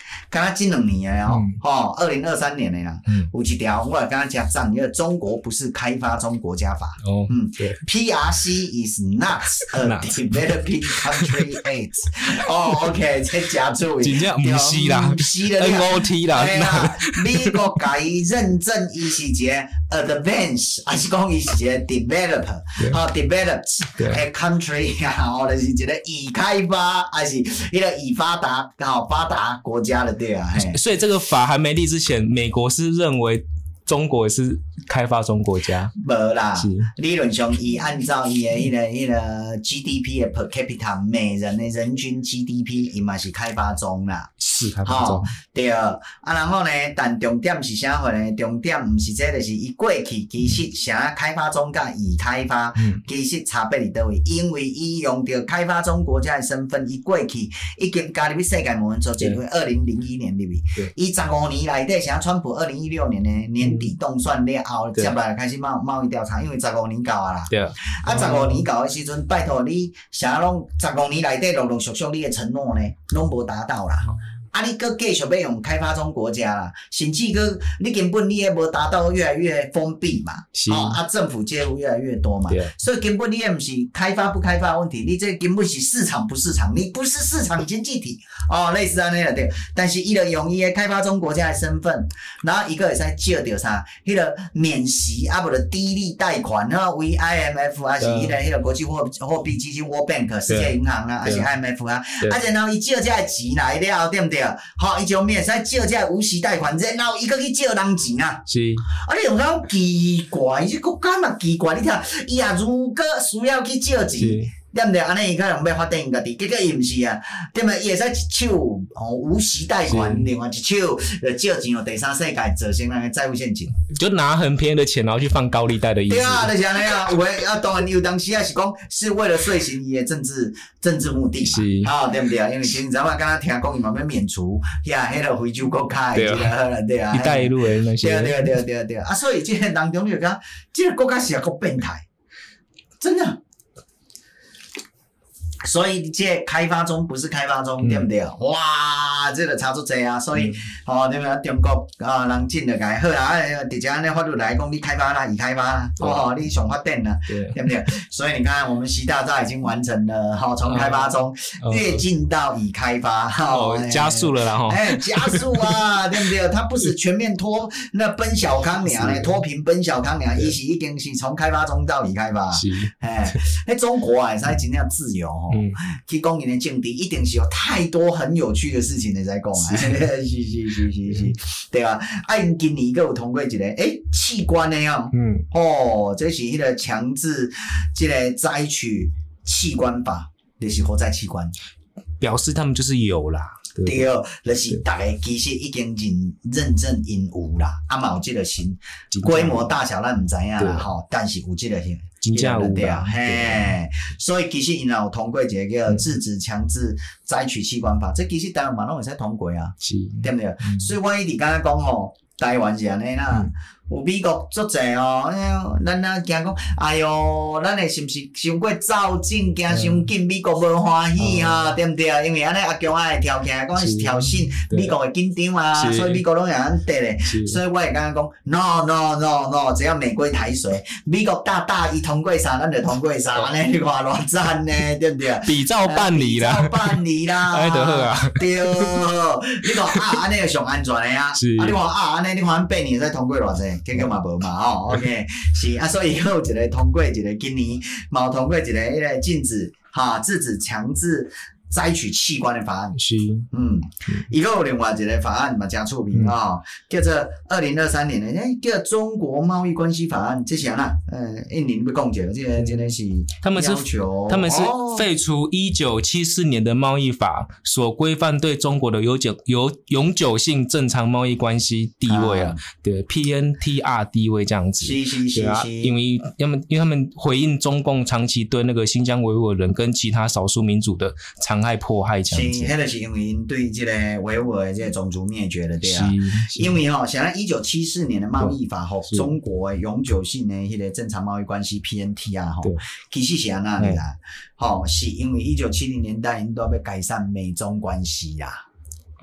Speaker 1: 刚刚这两年的哦，吼、嗯，二零二三年的啦，嗯，有一条我刚刚讲赞，因为中国不是开发中国家法，哦，嗯，对 ，P R C is not a developing country aid， 哦 ，OK， 这加注，
Speaker 2: 真正不是啦，
Speaker 1: 不是啦
Speaker 2: ，N O T 啦，
Speaker 1: 对啦，美国甲伊认证伊是一个 advance， 还是讲伊是一个 developer， 好 developed 诶 country 啊，吼，就是一个已开发，还是一个已发达，好发达国家了，对啊，嘿。
Speaker 2: 所以这个法还没立之前，美国是认为中国是开发中国家，
Speaker 1: 无啦，理论上伊按照伊的迄个迄个 G D P 的 per capita 每人的人均 G D P 伊嘛是开发中啦，
Speaker 2: 是开发中，
Speaker 1: 对啊，然后呢，但重点是啥货呢？重点毋是这，就是伊过去其实啥开发中甲已开发，嗯、其实差别伫倒位？因为伊用着开发中国家的身份，伊过去已经加入去世界贸易组织，二零零一年入去，伊十五年内底，像川普二零一六年的年底动算了后，接来开始贸贸易调查，因为十五年到啊啦。
Speaker 2: 对。
Speaker 1: 啊，十五年到的时阵，拜托你，啥拢十五年内底陆陆续续你的承诺呢，拢无达到啦。啊，你搁继续要用开发中国家啦，甚至搁你根本你也无达到，越来越封闭嘛。是。哦，啊，政府介入越来越多嘛。对。所以根本你也不是开发不开发的问题，你这根本是市场不市场，你不是市场经济体。哦，类似安尼啦对。但是伊就用伊的开发中国家的身份，然后伊个会使借着啥，迄个免息啊，无就低利贷款，然后为 I M F 啊是迄个迄个国际货货币基金 World Bank 世界银行啊，还是 I M F 啊，啊然后伊借这钱来了，对不对？好，伊就免使借这无息贷款，然后伊搁去借人钱啊。
Speaker 2: 是。
Speaker 1: 啊，你有啥奇怪？这国家嘛奇怪，你听，伊也如果需要去借钱。对不对？安尼伊可能要发展伊家己，结果伊毋是啊，对嘛？伊会使一手哦无息贷款，另外一手呃借钱哦第三世界造成那个债务陷阱，
Speaker 2: 就拿很便宜的钱，然后去放高利贷的意思。
Speaker 1: 对啊，就是安尼啊。有诶啊，当然有当时啊是讲是为了遂行伊的政治政治目的嘛，啊、哦、对不对啊？因为前阵我刚刚听讲伊嘛要免除遐迄个非洲国家的这个对啊，
Speaker 2: 一带一路的那些。
Speaker 1: 对啊对啊对啊对啊对啊啊！所以这个当中你就讲，这个国家是一个变态，真的。所以这开发中不是开发中，嗯、对不对？哇，这个差足济啊！所以，嗯、哦，对不对？中国啊，人进了解好啦，啊，直接安尼法律来讲，你开发啦，已开发啦，哦，你上发展啦，对, 对不对？所以你看，我们习大大已经完成了，哈、哦，从开发中跃进到已开发，哈、
Speaker 2: 哦哦，加速了啦，哈，
Speaker 1: 哎，加速啊，对不对？它不是全面脱那奔小康俩嘞，脱贫奔小康俩，伊是已经是从开发中到已开发，是，哎，那中国啊，才真正自由。嗯，去讲因的政治一定是有太多很有趣的事情你在讲啊，是是是是是是，对啊，啊因今年还有通过一个诶器官的哦，嗯，哦，这是迄个强制这个摘取器官法，就是活摘器官，
Speaker 2: 表示他们就是有啦。
Speaker 1: 对，就是大家其实已经认认证因有啦，啊嘛有这个心，规模大小咱唔知影啦吼，但是有这个心。
Speaker 2: 真正有
Speaker 1: 啦，嘿，所以其实因有通过一个叫制止强制摘取器官法，这其实台湾嘛拢会使通过啊，对不对？嗯、所以我一直刚刚讲吼，台湾是安尼啦。嗯有美国足侪哦，咱啊惊讲，哎哟，咱诶是毋是伤过照进，惊伤紧，美国无欢喜哈，对毋对？因为安尼阿强啊会跳起来，讲是挑衅美国诶紧张啊，所以美国拢会安得咧。所以我会刚刚讲 ，no no no no， 只要美归台水，美国大大伊通过啥，咱就通过啥，安尼你看偌赞呢，对毋对？
Speaker 2: 比照办理啦，
Speaker 1: 比照办理啦，
Speaker 2: 安尼就好啊。
Speaker 1: 对，你看啊，安尼就上安全诶啊。啊，你看啊，安尼你看咱八年才通过偌济？结果嘛无嘛吼 ，OK 是啊，所以有一个通过一个今年嘛有通过一个迄个禁止哈制止强制摘取器官的法案，
Speaker 2: 是
Speaker 1: 嗯，伊个有另外一个法案嘛真出名啊、嗯，叫做二零二三年的诶叫中国贸易关系法案，这啥啦？呃，印尼要讲者，这个真的是
Speaker 2: 他们是他们是废除一九七四年的贸易法所规范对中国的永久有永久性正常贸易关系地位啊，对 P N T R 地位这样子，
Speaker 1: 是是是是，
Speaker 2: 因为他们因为他们回应中共长期对那个新疆维吾尔人跟其他少数民族的残害迫害这样子，
Speaker 1: 是，迄个是因为因对这个维吾尔的这个种族灭绝了，对啊。因为吼、哦，像咱一九七四年的贸易法吼，中国的永久性的迄个正常贸易关系 P N T R 吼，其实是安那的啦，吼、哦，是因为一九七零年代因都要改善美中关系啦。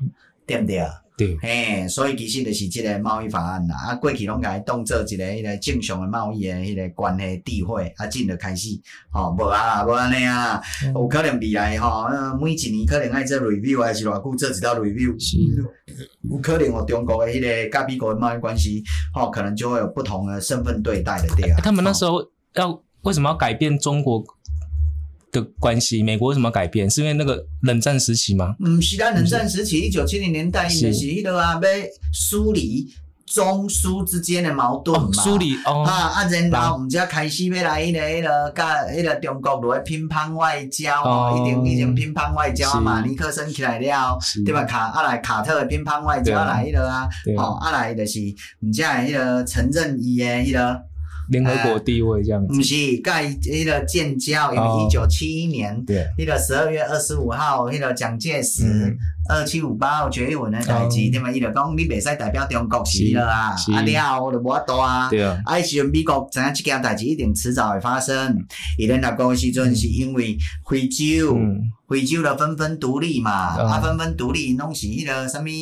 Speaker 1: 对不对？
Speaker 2: 对，
Speaker 1: 嘿，所以其实就是即个贸易法案啦，啊，过去拢甲伊当做一个迄个正常的贸易的迄个关系地位，啊，进就开始，吼、哦，无啊，无安尼啊，嗯、有可能未来吼、哦，每一年可能爱做 review 还是偌久做一道 review， 有可能哦，中国的迄个甲美国的贸易关系，吼、哦，可能就会有不同的身份对待的对啊。
Speaker 2: 他们那时候要为什么要改变中国的关系？美国为什么要改变？是因为那个冷战时期吗？
Speaker 1: 嗯，是咱冷战时期，一九七零年代，因就是迄个啊，要梳理中苏之间的矛盾嘛，
Speaker 2: 梳理哦，
Speaker 1: 啊啊，然后毋才开始要来迄、那个迄、那个甲迄个中国落去乒乓外交哦，一定以前乒乓外交嘛，尼克森起来了，对吧？卡啊来卡特的乒乓外交来迄个啊，哦啊来就是毋才迄个承认伊的迄个。
Speaker 2: 联合国地位这样子，
Speaker 1: 不是，盖迄个建交，因为一九七一年，对，迄个十二月二十五号，迄个蒋介石二七五八号决议文的代志，对嘛？伊就讲你袂使代表中国是了啊，啊了后就无法度啊，对啊，啊，时阵美国知影即件代志一定迟早会发生，伊联合国的时阵是因为非洲。嗯非洲的纷纷独立嘛，嗯、啊，纷纷独立拢是迄个什么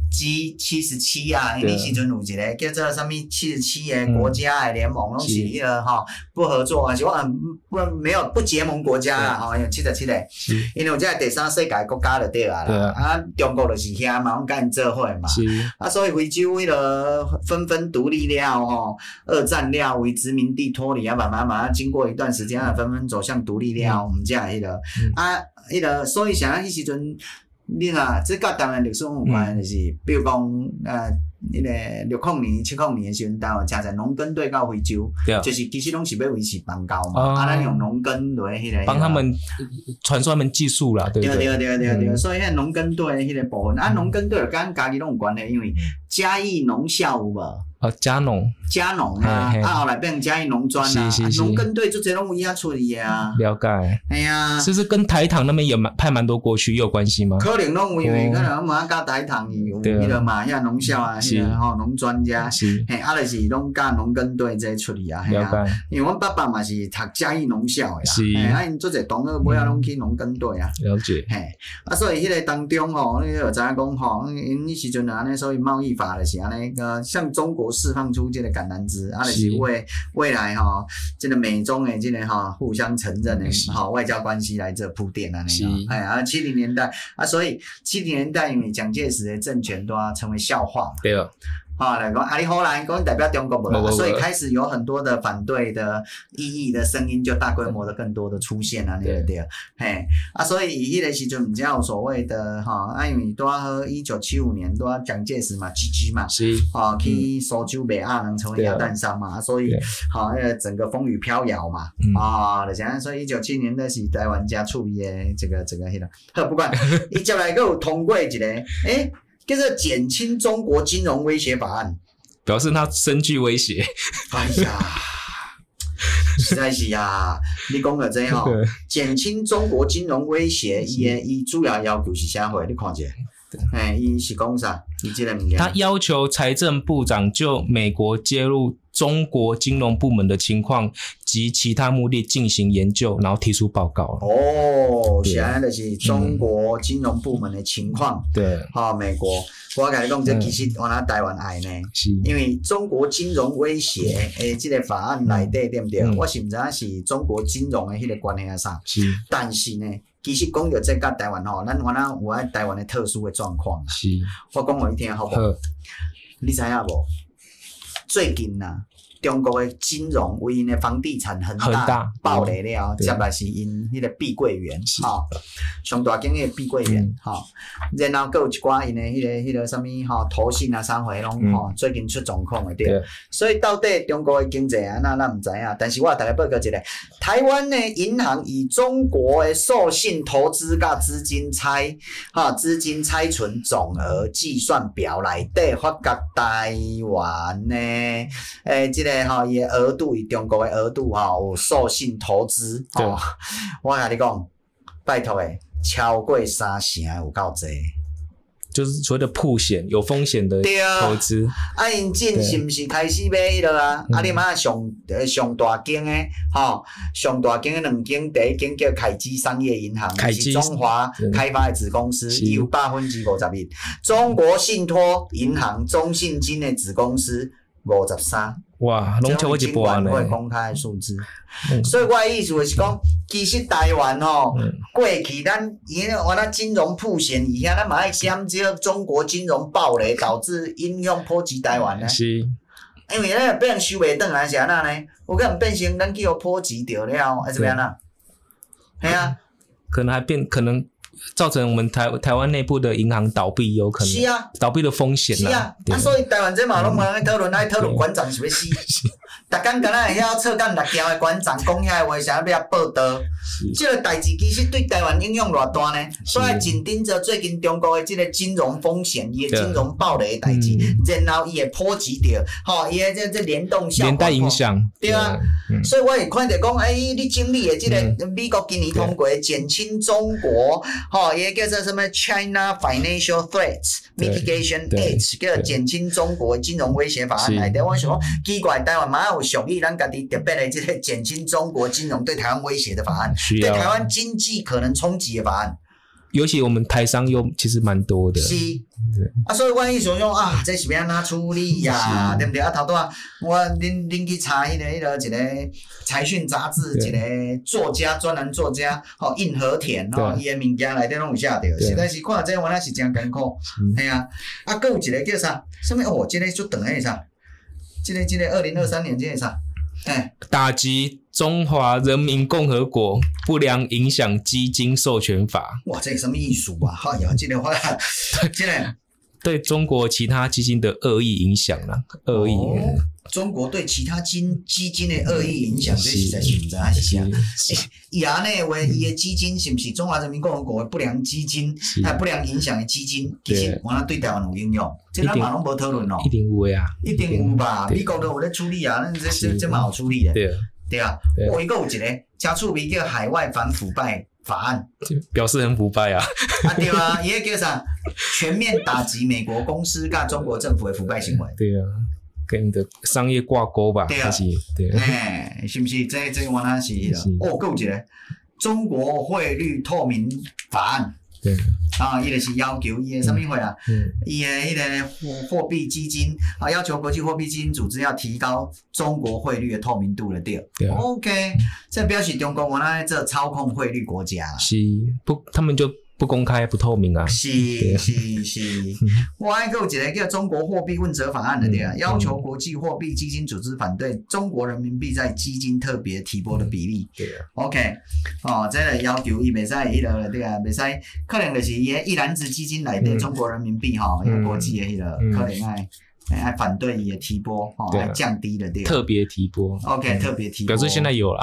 Speaker 1: G 七十七啊，迄个时阵有一个叫做什么七十七的国家的联盟，拢、嗯、是迄个吼不合作啊，是我不没有不结盟国家啦，吼，有七十七个，因为有这个第三世界国家就对啊啦，啊，中国就是遐嘛，拢甲因做伙嘛，啊，所以非洲迄个纷纷独立了吼，二战了为殖民地脱离啊，慢慢慢慢经过一段时间啊，纷纷走向独立了，我们这迄个啊。迄个，所以像迄时阵，你啊，这甲台湾历史有关，就是，比如讲，呃，迄个六零年、七零年的时阵，台湾真侪农耕队到非洲，就是其实拢是要维持邦交嘛，啊，咱用农耕来迄个，
Speaker 2: 帮他们传授他们技术啦，对不
Speaker 1: 对？对对对对对，所以迄农耕队迄个部分，啊，农耕队跟咱家己拢有关系，因为嘉义农校有无？
Speaker 2: 啊，嘉农，
Speaker 1: 嘉农啊，啊后来变成嘉义农专啊，农耕队就这拢有伊遐处理啊。
Speaker 2: 了解。
Speaker 1: 哎呀，
Speaker 2: 是不是跟台糖那边也蛮派蛮多过去，也有关系吗？
Speaker 1: 可能拢有，因为可能嘛甲台糖有迄个嘛，遐农校啊，迄个吼农专家，嘿，啊就是拢甲农耕队这处理啊，
Speaker 2: 了解。
Speaker 1: 因为阮爸爸嘛是读嘉义农校的啦，
Speaker 2: 是，
Speaker 1: 啊因做者同学尾仔拢去农耕队啊。
Speaker 2: 了解。
Speaker 1: 嘿，啊所以迄个当中吼，你就知影讲吼，因迄时阵安尼，所以贸易法就是安尼个，向中国释放出这个橄榄枝，啊，就是为未来哈，这个美中的这个哈互相承认的哈外交关系来做铺垫啊，那个，哎啊，七零年代啊，所以七零年代因为蒋介石的政权都要成为笑话，
Speaker 2: 对哦。
Speaker 1: 啊，来讲，啊，你好啦，讲代表中国无啦，所以开始有很多的反对的异议的声音，就大规模的更多的出现啊，对不对？嘿，啊，所以伊迄个时阵，毋只有所谓的哈，啊，因为拄啊好一九七五年拄啊蒋介石嘛 ，G G 嘛，是，啊，去苏州卖鸭能成为鸭蛋商嘛，所以好，那整个风雨飘摇嘛，啊，就这样，所以一九七零年代是台湾加处理的这个这个迄个，好，不管，伊接来个有通过一个，诶。叫做减轻中国金融威胁法案，
Speaker 2: 表示它深具威胁。
Speaker 1: 哎呀，实在是啊，你讲的这吼，减轻中国金融威胁，伊的伊主要要求是啥货？你看一下。哎，伊是讲啥？伊这个物件。
Speaker 2: 他要求财政部长就美国介入中国金融部门的情况及其他目的进行研究，然后提出报告。
Speaker 1: 哦，现在就是中国金融部门的情况。
Speaker 2: 对，
Speaker 1: 哈、哦，美国，我跟你讲，这其实我拿台湾爱呢，因为中国金融威胁诶，这个法案内底对不对？嗯、我是唔知影是中国金融的迄个关系啊啥，是，但是呢。其实讲到这甲台湾吼，咱原来有爱台湾的特殊的状况。是，我讲互你听好不好？你知影无？最近啊，中国的金融为因的房地产恒大爆雷了，接来是因迄个碧桂园，吼，上大间迄个碧桂园，吼，然后佫有一寡因的迄个迄个啥物吼，投信啊啥货拢吼，最近出状况的对。所以到底中国的经济啊，那咱毋知影，但是我大概报告一个，台湾的银行以中国的授信投资甲资金拆，哈，资金拆存总额计算表内底发觉台湾呢，诶，即、这个吼，伊的额度以中国的额度吼有授信投资，吼，我甲你讲，拜托诶，超过三成有够济。
Speaker 2: 就是所谓的曝险有风险的投资。
Speaker 1: 啊，因进是毋是开始买迄落啊？啊，你妈上呃上大间诶，吼，上大间诶两间，第一间叫凯基商业银行，是中华开发的子公司，伊有百分之五十一。中国信托银行、中信金的子公司五十三。
Speaker 2: 哇，拢超过一半
Speaker 1: 咧！会公开的数字，嗯、所以我的意思就是讲，其实台湾吼、嗯，过去咱因为我那金融曝险以下，咱嘛爱减少中国金融暴雷导致影响波及台湾呢。
Speaker 2: 是，
Speaker 1: 因为咱变收袂转来是安那呢？有可能变成咱去互波及着了，还是怎样？系啊，
Speaker 2: 可能还变可能。造成我们台台湾内部的银行倒闭，有可能
Speaker 1: 是啊，
Speaker 2: 倒闭的风险
Speaker 1: 是啊，啊，所以台湾这嘛拢无人爱讨论，爱讨论馆长是要死，逐工敢若会晓扯干六条的馆长讲遐话，想要要报道，这个代志其实对台湾影响偌大呢？所以紧盯着最近中国的这个金融风险，伊的金融暴雷的代志，然后伊会波及着，吼，伊的这这联动效果，
Speaker 2: 连带影响，
Speaker 1: 对啊，所以我会看着讲，哎，你经历的这个美国今年通过减轻中国。吼，也叫做什么 China Financial Threats Mitigation Act， 叫减轻中国金融威胁法案内底。我想讲，奇怪，台湾嘛有属于咱家己特别的这个减轻中国金融对台湾威胁的法案，对台湾经济可能冲击的法案。
Speaker 2: 尤其我们台商又其实蛮多的，
Speaker 1: 是啊，所以我意想讲啊，这是要安怎处理呀、啊，对不对？啊，头拄啊，我恁恁去查迄、那个迄、那个一个财讯杂志，一个作家专栏作家，吼、哦，印和田吼，伊诶物件内底拢有写着，实在是看这原来是真艰苦，系啊，啊，佫有一个叫啥？什么哦？这个就长诶啥？这个这个二零二三年这个啥？哎，
Speaker 2: 打击中华人民共和国不良影响基金授权法。
Speaker 1: 哇，这个什么艺术啊？哎呀，这个话，这个
Speaker 2: 对中国其他基金的恶意影响啦，恶意。
Speaker 1: 哦、中国对其他金基金的恶意影响，这实在是唔知影是啥。伊安尼话，伊的基金是不是中华人民共和国的不良基金，还不良影响的基金？其实我那对台湾有影响，这咱嘛拢无讨论哦。
Speaker 2: 一定有的啊，
Speaker 1: 一定有吧？美国都有在处理啊，那这这这蛮好处理的。
Speaker 2: 对
Speaker 1: 对啊，我一个有一个加趣味叫海外反腐败法案，
Speaker 2: 表示很腐败啊。
Speaker 1: 啊对啊，伊个叫啥？全面打击美国公司甲中国政府的腐败行为。
Speaker 2: 对啊，跟你的商业挂钩吧。
Speaker 1: 对啊，
Speaker 2: 对，
Speaker 1: 哎，是不是？这这我那是了。哦，够一个中国汇率透明法案。
Speaker 2: 对
Speaker 1: 啊，伊就是要求伊个什么货啊？伊个迄个货货币基金啊，要求国际货币基金组织要提高中国汇率的透明度了，对。
Speaker 2: 对
Speaker 1: OK， 这表示中国原来这操控汇率国家。
Speaker 2: 是不？他们就不公开、不透明啊。
Speaker 1: 是是是，我还有一个叫中国货币问责法案的对啊，要求国际货币基金组织反对中国人民币在基金特别提拨的比例。
Speaker 2: 对啊。
Speaker 1: OK， 哦，这个要求伊袂使迄个对啊，袂使，可能就是伊个一篮子基金内底中国人民币吼，迄个国际的迄个可能爱。爱反对伊的提拨，吼，来降低了对。
Speaker 2: 特别提拨
Speaker 1: ，OK， 特别提拨，
Speaker 2: 表示现在有啦。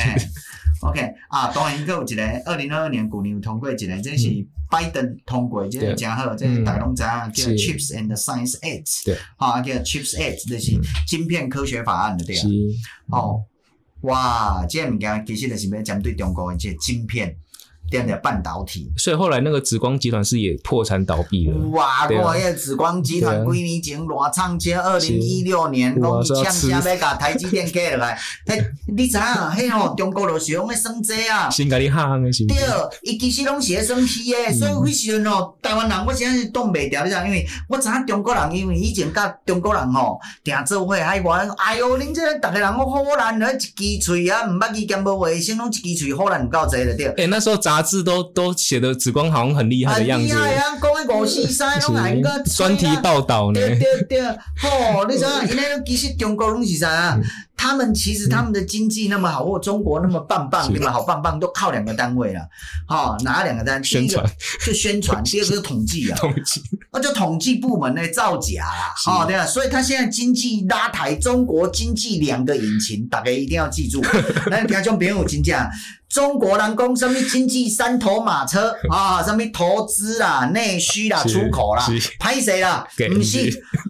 Speaker 1: OK， 啊，当然，佫有一个二零二二年去年有通过一个，这是拜登通过，这个真好，这个大家拢知影，叫 Chips and Science Act， 对，啊，叫 Chips Act， 就是晶片科学法案的对啊。哦，哇，这个物件其实就是要针对中国的这个晶片。这样的半导体，
Speaker 2: 所以后来那个紫光集团是也破产倒闭了。
Speaker 1: 哇！我迄个紫光集团几年前偌畅销，二零一六年讲伊呛声要甲台积电买落来。迄你知影？迄吼中国就是用咧算这啊。
Speaker 2: 先甲你吓吓的是。
Speaker 1: 对，伊其实拢是咧算虚的，所以迄时阵吼，台湾人我现在是挡袂掉，你知影？因为我知影中国人，因为以前甲中国人吼定做伙海外，哎哟，恁这逐个人我好难，一支喙啊，毋捌字兼无卫生，拢一支喙好难有够济了对。
Speaker 2: 诶，那时候杂志都都写的紫光好像很厉害的样子，
Speaker 1: 很厉害啊！讲迄五四三拢还个
Speaker 2: 专题报道呢。
Speaker 1: 对对对，吼，你知影？因为其实中国拢是啥啊？他们其实他们的经济那么好，或中国那么棒棒，对吧？好棒棒，都靠两个单位了。好，哪两个单？
Speaker 2: 宣传
Speaker 1: 就宣传，第二个是统计啊。
Speaker 2: 统计，
Speaker 1: 那就统计部门的造假啦。哦，对啊，所以他现在经济拉抬，中国经济两个引擎，大家一定要记住。咱听众朋友真正。中国人讲什么经济三头马车啊？什么投资啦、内需啦、出口啦，歹势啦，不是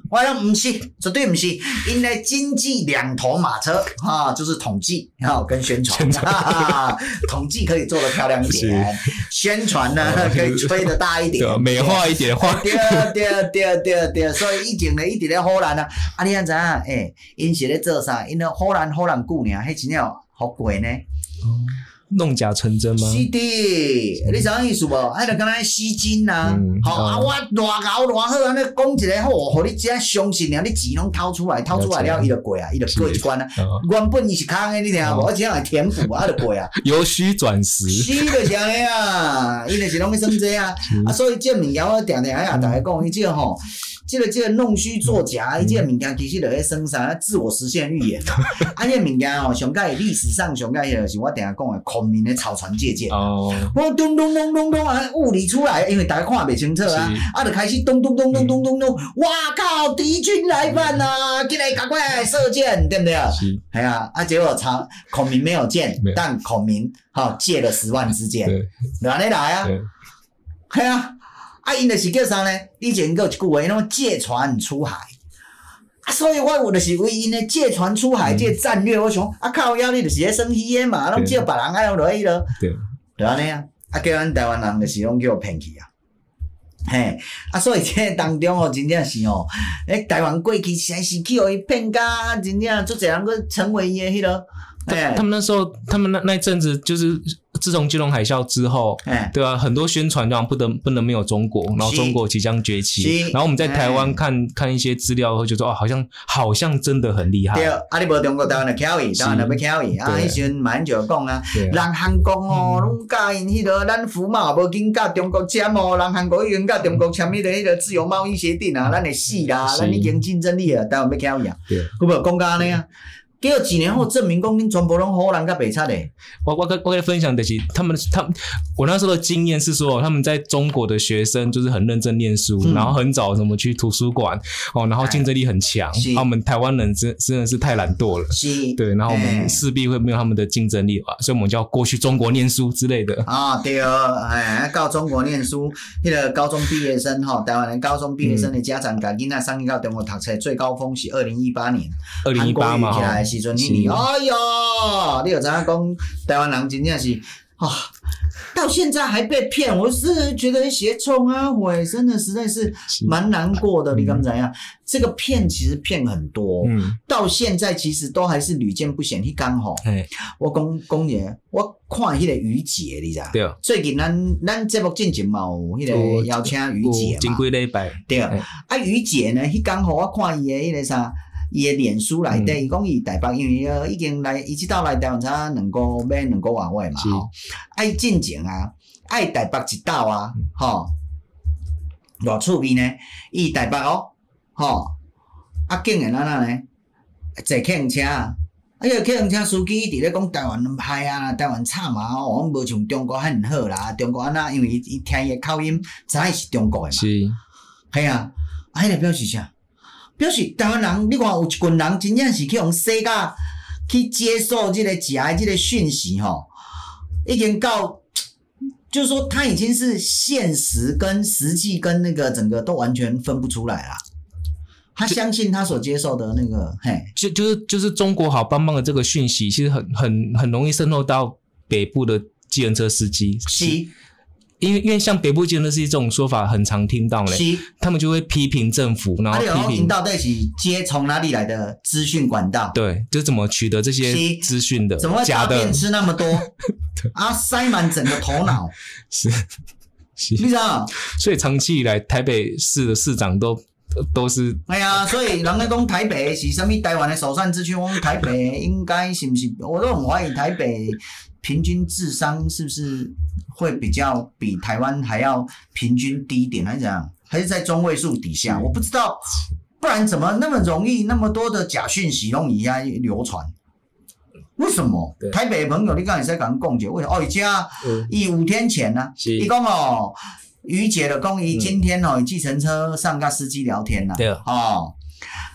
Speaker 1: 我讲不是，绝对不是，因为经济两头马车哈、啊，就是统计哈、啊、跟宣传，哈哈统计可以做得漂亮一点，宣传呢可以吹得大一点，
Speaker 2: 对美化一点话。
Speaker 1: 对对对对对，所以以前呢一直咧荷兰啊，啊你安知影？诶，因是咧做啥？因咧荷兰荷兰久呢，迄真正好贵呢。
Speaker 2: 弄假成真吗？
Speaker 1: 是的，你知影意思无？迄就敢若吸金呐，吼、嗯、啊！我偌熬偌好，安尼讲一个好，互你只相信啊，你钱拢掏出来，掏出来了，伊就过啊，伊就过一关啊。原本伊是空的，你听无？而且来填补啊，就过啊。
Speaker 2: 由虚转实。
Speaker 1: 是就是安尼啊，伊就是拢去算这啊，啊，所以这物件我定定哎呀，大家讲伊这个吼。这个这个弄虚作假，伊、嗯、这个物件其实就咧算啥？自我实现预言。啊，这个物件吼，上届历史上上届迄个是我定下讲的孔明的草船借箭。哦。我咚咚咚咚咚啊，物理出来，因为大家看袂清楚啊，啊，就开始咚咚咚咚咚咚咚，哇靠！敌军来犯啊！进来赶快射箭，对不对？是。哎呀，啊，结果曹孔明没有箭，但孔明哈、哦、借了十万支箭，就安尼来啊。系啊。啊，因就是叫啥呢？以前有一句话，那么借船出海。啊，所以我有就是为因的借船出海这个战略，我想啊靠腰，你就是咧耍虚的嘛，拢借别人爱拢落去咯。对，就安尼啊。啊，叫咱台湾人就是拢叫骗去啊。嘿，啊，所以这当中哦，真正是哦，诶，台湾过去实在是去互伊骗甲，真正足侪人去成为伊的迄落。
Speaker 2: 他们那时候，他们那那一阵子就是。自从金融海啸之后，对啊，很多宣传讲不能不能没有中国，然后中国即将崛起，然后我们在台湾看看一些资料，会觉得哦，好像好像真的很厉害。
Speaker 1: 对，啊，你无中国台湾就巧伊，台湾就要巧伊啊！迄时阵马英九讲啊，人韩国哦，拢甲因迄个咱服贸无紧甲中国签哦，人韩国已经甲中国签迄个迄个自由贸易协定啊，咱会死啦，咱已经竞争力啊，台湾要巧伊啊，有无讲到安尼啊？结果几年后证明讲恁全部拢荷兰甲北差的。
Speaker 2: 我我跟我跟分享的是他们他们我那时候的经验是说，他们在中国的学生就是很认真念书，嗯、然后很早什么去图书馆哦，然后竞争力很强。啊，我们台湾人真真的是太懒惰了，是，对，然后我们势必会没有他们的竞争力吧，所以我们就要过去中国念书之类的。
Speaker 1: 啊，对哦，哎，到中国念书，迄、那个高中毕业生哈，台湾人高中毕业生的家长，甲囡仔送去到中国读册，最高峰是二零一八年，
Speaker 2: 二零一八嘛，哈。
Speaker 1: 时阵迄年，哎哟，你有知影讲台湾人真正是啊，到现在还被骗，我是觉得写冲啊，我真的实在是蛮难过的。你敢知影？这个骗其实骗很多，嗯，到现在其实都还是屡见不鲜。迄刚好，我讲讲一个，我看迄个于姐，你知道？对。最近咱咱节目进前嘛有迄个邀请于姐嘛，
Speaker 2: 前几礼拜。
Speaker 1: 对。啊，于姐呢，迄刚好我看伊的迄个啥。伊诶脸书内底，伊讲伊台北，因为呃已经来，伊即到来台湾差两个要两个外位嘛吼，爱进前啊，爱台北一道啊，吼，偌趣味呢？伊台北哦，吼，啊竟然安那呢？坐客运车啊，啊个客运车司机一直咧讲台湾歹啊，台湾惨嘛，哦，无像中国遐尔好啦，中国安那，因为伊伊听伊诶口音，知影是中国诶嘛，是，系啊，啊迄个表示啥？表示台湾人，你看有一群人真正是去用洗甲去接受这个假的这个讯息吼，已经到，就是说他已经是现实跟实际跟那个整个都完全分不出来啦。他相信他所接受的那个，嘿，
Speaker 2: 就就是就是中国好棒棒的这个讯息，其实很很很容易渗透到北部的计程车司机。是。因为因为像北部计程车司机这种说法很常听到嘞，他们就会批评政府，然后批评
Speaker 1: 到底是接从哪里来的资讯管道？
Speaker 2: 对，就是怎么取得这些资讯的？
Speaker 1: 怎么会诈骗吃那么多？啊，塞满整个头脑。是，
Speaker 2: 是，
Speaker 1: 你知道？
Speaker 2: 所以长期以来，台北市的市长都都是。
Speaker 1: 哎呀，所以人家讲台北是什么台湾的首善之区？我讲台北应该是不是？我都很怀疑台北。平均智商是不是会比较比台湾还要平均低一点，还是怎样？还是在中位数底下？我不知道，不然怎么那么容易那么多的假讯息拢以下流传？为什么？台北的朋友，你刚才在讲共解，为什么？哦，伊家伊五天前呢、啊，伊讲哦，于姐的讲伊今天哦，计程车上跟司机聊天啦、啊，对哦。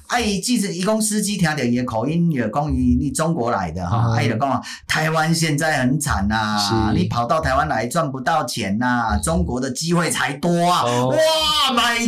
Speaker 1: 啊，伊即使伊讲司机听到伊的口音，就讲伊你中国来的哈，啊，伊就讲啊，台湾现在很惨呐、啊，你跑到台湾来赚不到钱呐、啊，中国的机会才多啊！哦、哇 ，My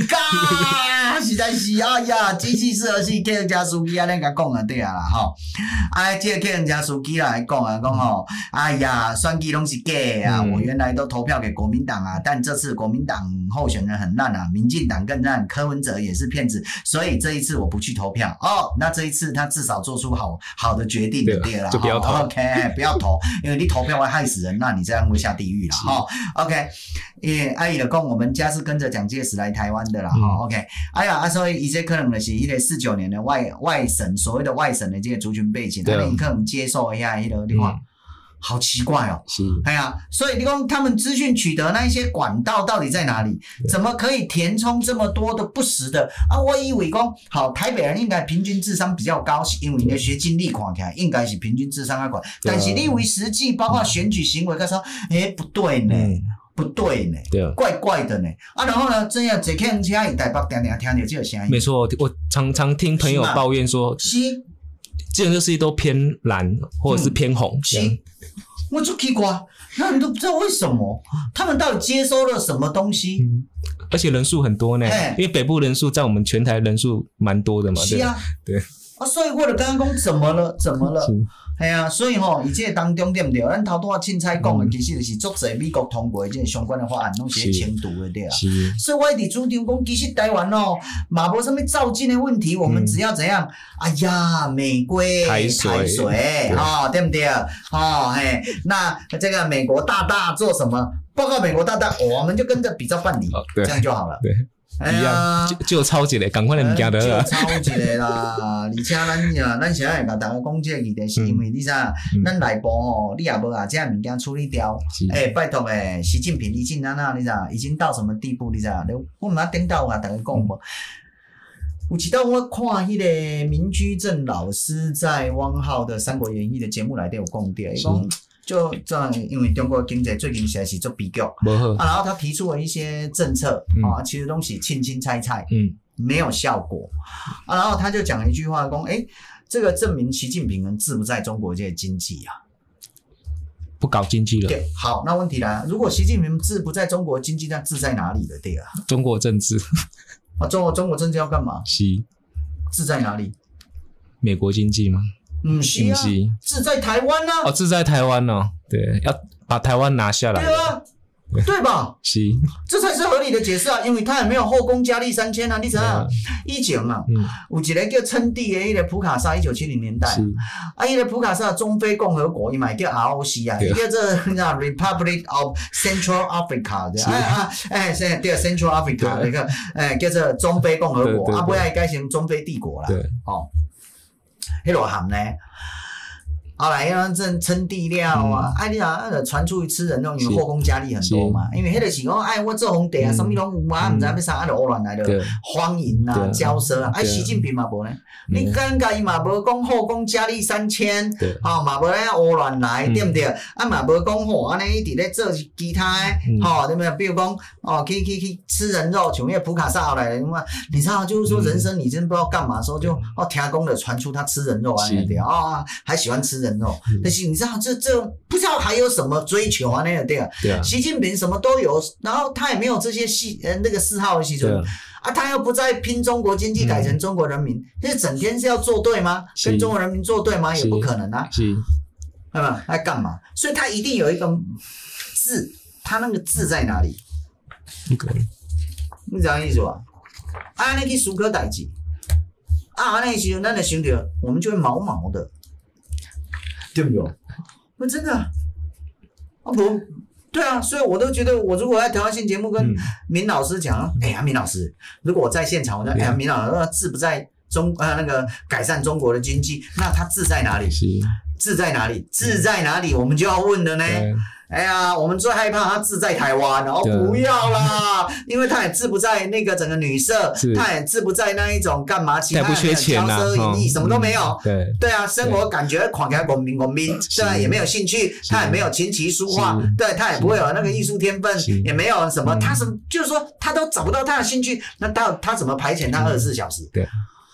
Speaker 1: God， 实在是哎呀，机器适合是客人家司机安尼甲讲啊对啊啦吼，啊，这个客人家司机来讲啊讲吼，哎呀，选举拢是假的啊，嗯、我原来都投票给国民党啊，但这次国民党候选人很烂啊，民进党更烂，柯文哲也是骗子，所以这一次我不去投票哦。那这一次他至少做出好好的决定就对了，
Speaker 2: 就不要投、
Speaker 1: 哦、，OK， 不要投，因为你投票会害死人，那你这样会下地狱啦哈、哦。OK， 因阿姨的讲，我们家是跟着蒋介石来台湾的啦哈、嗯哦。OK， 哎呀，啊，所以伊这可能就是迄个四九年的外外省所谓的外省的这个族群背景，他你可能接受一下迄个地方。嗯好奇怪哦，
Speaker 2: 是，
Speaker 1: 哎呀，所以你讲他们资讯取得那一些管道到底在哪里？怎么可以填充这么多的不实的啊？我以为讲好，台北人应该平均智商比较高，是因为你的学经历看起来应该是平均智商较高，但是你以为实际包括选举行为，他说，哎，不对呢。嗯不对呢，
Speaker 2: 对，
Speaker 1: 怪怪的呢。啊，然后呢，真要坐客人车，伊台北定定听到这个声音。
Speaker 2: 没错，我常常听朋友抱怨说，
Speaker 1: 是，
Speaker 2: 这种就是都偏蓝或者是偏红。
Speaker 1: 是，我就奇怪，那你都不知道为什么，他们到底接收了什么东西？
Speaker 2: 嗯、而且人数很多呢，因为北部人数占我们全台人数蛮多的嘛。
Speaker 1: 是啊，
Speaker 2: 对。
Speaker 1: 啊，所以我就刚刚讲怎么了？怎么了？系啊，所以吼、哦，伊这个当中对不对？咱头拄仔凊彩讲的，其实就是足侪美国通过的这个相关的法案，拢是咧清除的对啊。所以我一直主张讲，其实台湾哦，嘛无什么造进的问题，我们只要怎样？嗯、哎呀，美龟
Speaker 2: 台水，
Speaker 1: 水哦，对不对？哦，嘿，那这个美国大大做什么？报告美国大大，我们就跟着比照办理，哦、这样就好了。
Speaker 2: 对。哎呀，就就抄一个，赶快来物件得
Speaker 1: 了。就抄一个啦，而且咱呀，咱现在会甲大家讲这个议题，是因为你啥？咱内部吼，你也无啊，这物件处理掉。哎，拜托诶，习近平已经安那，你啥？已经到什么地步？你啥？我毋知顶到啊，大家讲无。有一道我看迄个民居正老师在汪浩的《三国演义》的节目内底有讲到，伊讲。就这样，因为中国经济最近实在是做比较，啊，然后他提出了一些政策、嗯、啊，其实东西轻轻猜猜，嗯，没有效果啊，然后他就讲了一句话，说，哎，这个证明习近平人志不在中国这些经济啊，
Speaker 2: 不搞经济了。
Speaker 1: 对，好，那问题来了，如果习近平志不在中国经济，那志在哪里了？对啊，
Speaker 2: 中国政治
Speaker 1: 啊，中国中国政治要干嘛？
Speaker 2: 是
Speaker 1: 志在哪里？
Speaker 2: 美国经济吗？
Speaker 1: 嗯，是啊，志在台湾啊！
Speaker 2: 哦，志在台湾哦，对，要把台湾拿下来。
Speaker 1: 对啊，对吧？
Speaker 2: 是，
Speaker 1: 这才是合理的解释啊，因为他也没有后宫佳丽三千啊，你知道？以前啊，嗯、有一个叫称帝的迄个普卡萨，一九七零年代，啊，迄个普卡萨中非共和国，伊嘛叫 R O C 啊，伊叫做你知道 Republic of Central Africa， 对啊啊，哎，现在叫 Central Africa 那个，哎，叫做中非共和国，啊，不要改成中非帝国啦，
Speaker 2: 对，
Speaker 1: 哦。迄落含呢，后来啊，这称帝了啊，哎、嗯，你啊，传出去吃人肉，因为后宫佳丽很多嘛，因为迄个是讲，哎，我做皇帝啊，什么拢有啊，唔知要啥，啊，就胡乱来的荒淫啊、骄奢啊，哎，习近平嘛无呢，你尴尬伊嘛无讲后宫佳丽三千，吼嘛无咧胡乱来，对不对？啊嘛无讲吼，安尼伊伫咧做其他诶，吼，对不对？比如讲哦，去去去吃人肉，像那个普卡萨后来的，你知道，就是说人生你真不知道干嘛的时候，就哦，听公的传出他吃人肉啊，那个啊，还喜欢吃人肉，但是你知道这这不知道还有什么追求啊，那个对啊，习近平什么都有，然后他也没有这些戏呃那个嗜好的习俗。啊，他又不再拼中国经济改成中国人民，这、嗯、整天是要作对吗？跟中国人民作对吗？也不可能啊，是，对吧？他干嘛？所以他一定有一个字，他那个字在哪里？
Speaker 2: Okay.
Speaker 1: 你知道意思吧？啊，那去苏科代志，啊，那时候咱就想到，我们就会毛毛的，对不对？我真的，啊不。对啊，所以我都觉得，我如果在台湾性节目跟明老师讲，哎、嗯、呀，明老师，如果我在现场，我说，哎呀，明老师，志不在中啊那个改善中国的经济，那他志在哪里？志在哪里？志在哪里？我们就要问了呢。哎呀，我们最害怕他志在台湾，然后不要啦，因为他也志不在那个整个女色，他也志不在那一种干嘛，其他
Speaker 2: 不缺钱啊，
Speaker 1: 骄奢淫逸，什么都没有。
Speaker 2: 嗯、对
Speaker 1: 对啊，生活感觉看起来文明文明，对啊，也没有兴趣，他也没有琴棋书画，对他也不会有那个艺术天分，也没有什么，他什么就是说他都找不到他的兴趣，那他他怎么排遣他二十四小时？
Speaker 2: 对。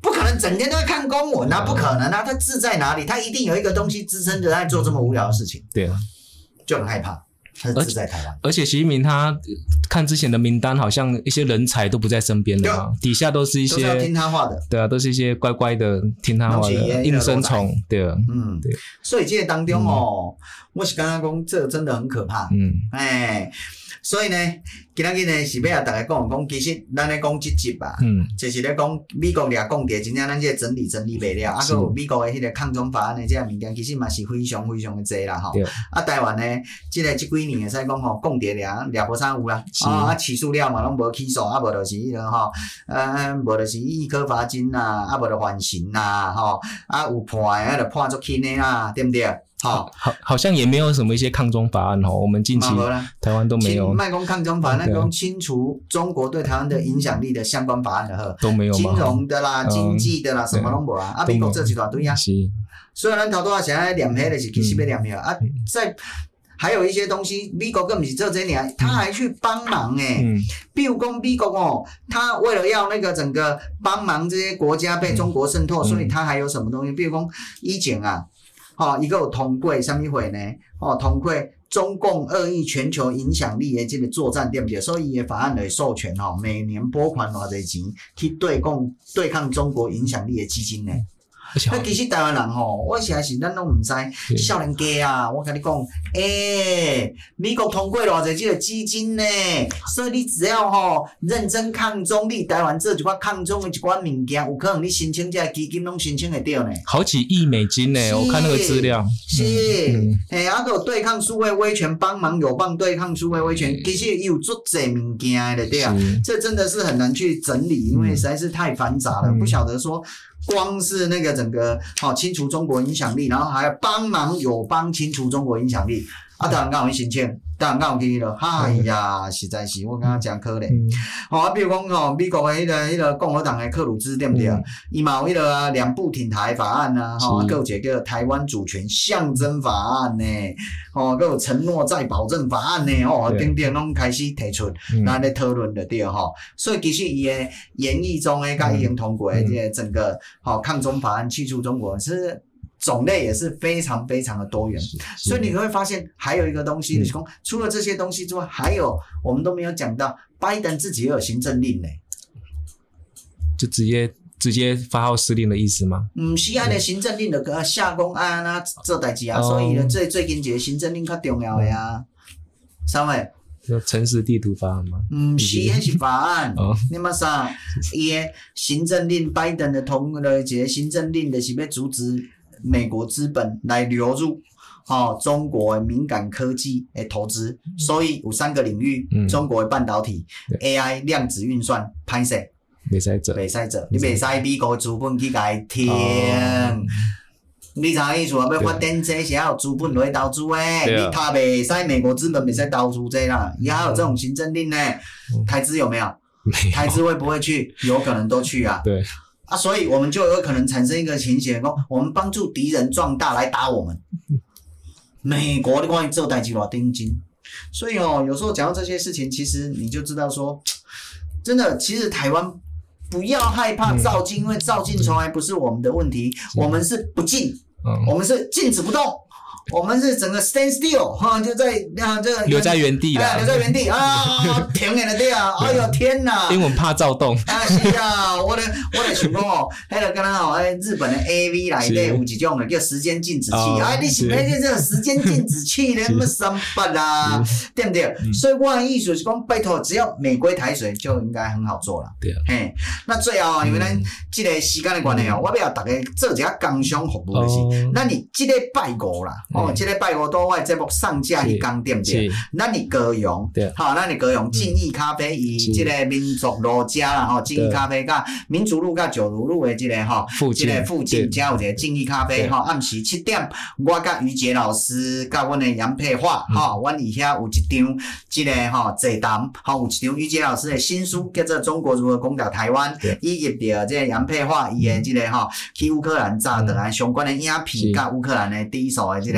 Speaker 1: 不可能整天都在看公文啊，不可能啊，他志在哪里？他一定有一个东西支撑着他做这么无聊的事情。
Speaker 2: 对啊，
Speaker 1: 就很害怕。他是志在台湾，
Speaker 2: 而且习近平他看之前的名单，好像一些人才都不在身边了嘛，底下都是一些
Speaker 1: 都是要听他话的，
Speaker 2: 对啊，都是一些乖乖的听他话的应声虫，对啊，
Speaker 1: 嗯，对。所以这个当中哦，嗯、我是刚刚讲，这个真的很可怕，嗯，哎。所以呢，今仔日呢是要甲大家讲讲，其实咱咧讲即集吧，嗯，就是咧讲美国掠讲伫真正咱这个整理整理袂了，啊，佮有美国的迄个抗中法案的这个物件，其实嘛是非常非常的济啦，吼。啊，台湾呢，即、這個即幾年會使講吼，講跌掠掠無啥有啦，啊啊起訴了嘛，攏無起訴，啊無就是迄個吼，呃無就是一顆罰金啦，啊無就緩刑啦，吼，啊有判的啊就判足輕的啦，對不對？
Speaker 2: 好，好，好像也没有什么一些抗中法案哦。我们近期台湾都没有。
Speaker 1: 卖公抗中法案，那种清除中国对台湾的影响力的相关法案的呵，
Speaker 2: 都没有吗？
Speaker 1: 金融的啦、经济的啦，什么拢无啊。啊，美国这一大堆啊。是。所以咱头拄仔现在念迄个是其实要念迄个啊，在还有一些东西，美国更不是做这样，他还去帮忙诶、欸。嗯。比如讲美国哦，他为了要那个整个帮忙这些国家被中国渗透，所以他还有什么东西？比如讲以前啊。吼、哦，伊个有通过什么会呢？哦，通过中共恶意全球影响力的这个作战，对不对？所以伊的法案来授权吼、哦，每年拨款偌济钱去对抗对抗中国影响力的基金呢。那其实台湾人吼，我实在是咱拢毋知，少年家啊，我跟你讲，诶、欸，美国通过偌济这个基金呢，所以你只要吼认真抗中，你台湾做一寡抗中的一寡物件，有可能你申请这个基金拢申请会到呢。
Speaker 2: 好几亿美金呢，我看那个资料。
Speaker 1: 是，诶、嗯，啊，有对抗数位威权，帮忙友邦对抗数位威权，其实有足济物件的对啊，这真的是很难去整理，因为实在是太繁杂了，嗯、不晓得说。光是那个整个好、哦、清除中国影响力，然后还要帮忙友邦清除中国影响力，啊，当然刚好申请，当然刚好去了，哎呀，实在是我刚刚讲可怜，好、嗯哦、啊，比如讲吼，美国的迄、那个迄、那个共和党的克鲁兹对不对？伊嘛有迄个两部挺台法案啊，吼、哦，还有一个台湾主权象征法案呢，哦，还有承诺再保证法案呢，哦，等等拢开始提出，咱咧讨论的对吼，所以其实伊的演绎中诶，甲已经通过的这个整个好、哦、抗中法案去除中国是。种类也是非常非常的多元，所以你会发现还有一个东西，就是说除了这些东西之外，还有我们都没有讲到，拜登自己也有行政令呢，
Speaker 2: 就直接直接发号施令的意思吗？
Speaker 1: 嗯，是按的行政令的下公安啊做代志啊，所以呢，最最近一个行政令较重要的啊，三位。
Speaker 2: 就城市地图法案吗？
Speaker 1: 嗯，是，那是法案。哦，你嘛啥？伊的行政令，拜登的同的一个行政令，就是要阻止美国资本来流入哦中国的敏感科技的投资，所以有三个领域：嗯、中国的半导体、A I、量子运算，歹势，
Speaker 2: 袂使做，
Speaker 1: 袂使做，你袂使美国的资本去甲伊停。哦你知影意思啊？要发展这是要有资本落去投资诶，你他袂使美国资本袂使投资这啦，也还有这种行政令呢。台资有没有？
Speaker 2: 没有。
Speaker 1: 台资会不会去？有可能都去啊。
Speaker 2: 对。
Speaker 1: 啊，所以我们就有可能产生一个情形，讲我们帮助敌人壮大来打我们。美国的关于做代志偌定金，所以哦，有时候讲到这些事情，其实你就知道说，真的，其实台湾。不要害怕躁进，因为躁进从来不是我们的问题，我们是不进，嗯、我们是静止不动，我们是整个 stand still 哈，就在啊这个
Speaker 2: 留在原地啦、
Speaker 1: 哎，留在原地啊，停在那地啊，哎呦天哪！
Speaker 2: 因为我们怕躁动。
Speaker 1: 啊是啊，我咧我咧想讲哦，迄个敢若吼，迄日本的 A V 内底有一种叫时间静止器，啊、哦，你是要这个时间静止器咧，么三八啦，对不对？嗯、所以我的意思是讲，拜托，只要美规台水就应该很好做了。
Speaker 2: 对啊。
Speaker 1: 嘿，那最后因为咱这个时间的关系哦，嗯、我要大家做一下工商服务的是，咱你这个拜五啦。哦，这个拜五到我的节目上架迄天对不对？咱你高雄，好，咱你高雄信义咖啡以这个民族路家啦，吼，信义咖啡甲民族路甲九如路的这个吼，这个附近加有一个信义咖啡吼，暗时七点，我甲于杰老师甲阮的杨佩华，吼，阮以遐有一场这个吼座谈，吼有一场于杰老师的新书叫做《中国如何攻打台湾》，以及着这个杨佩华伊的这个吼去乌克兰炸的来相关的影片，甲乌克兰的第一手的这个。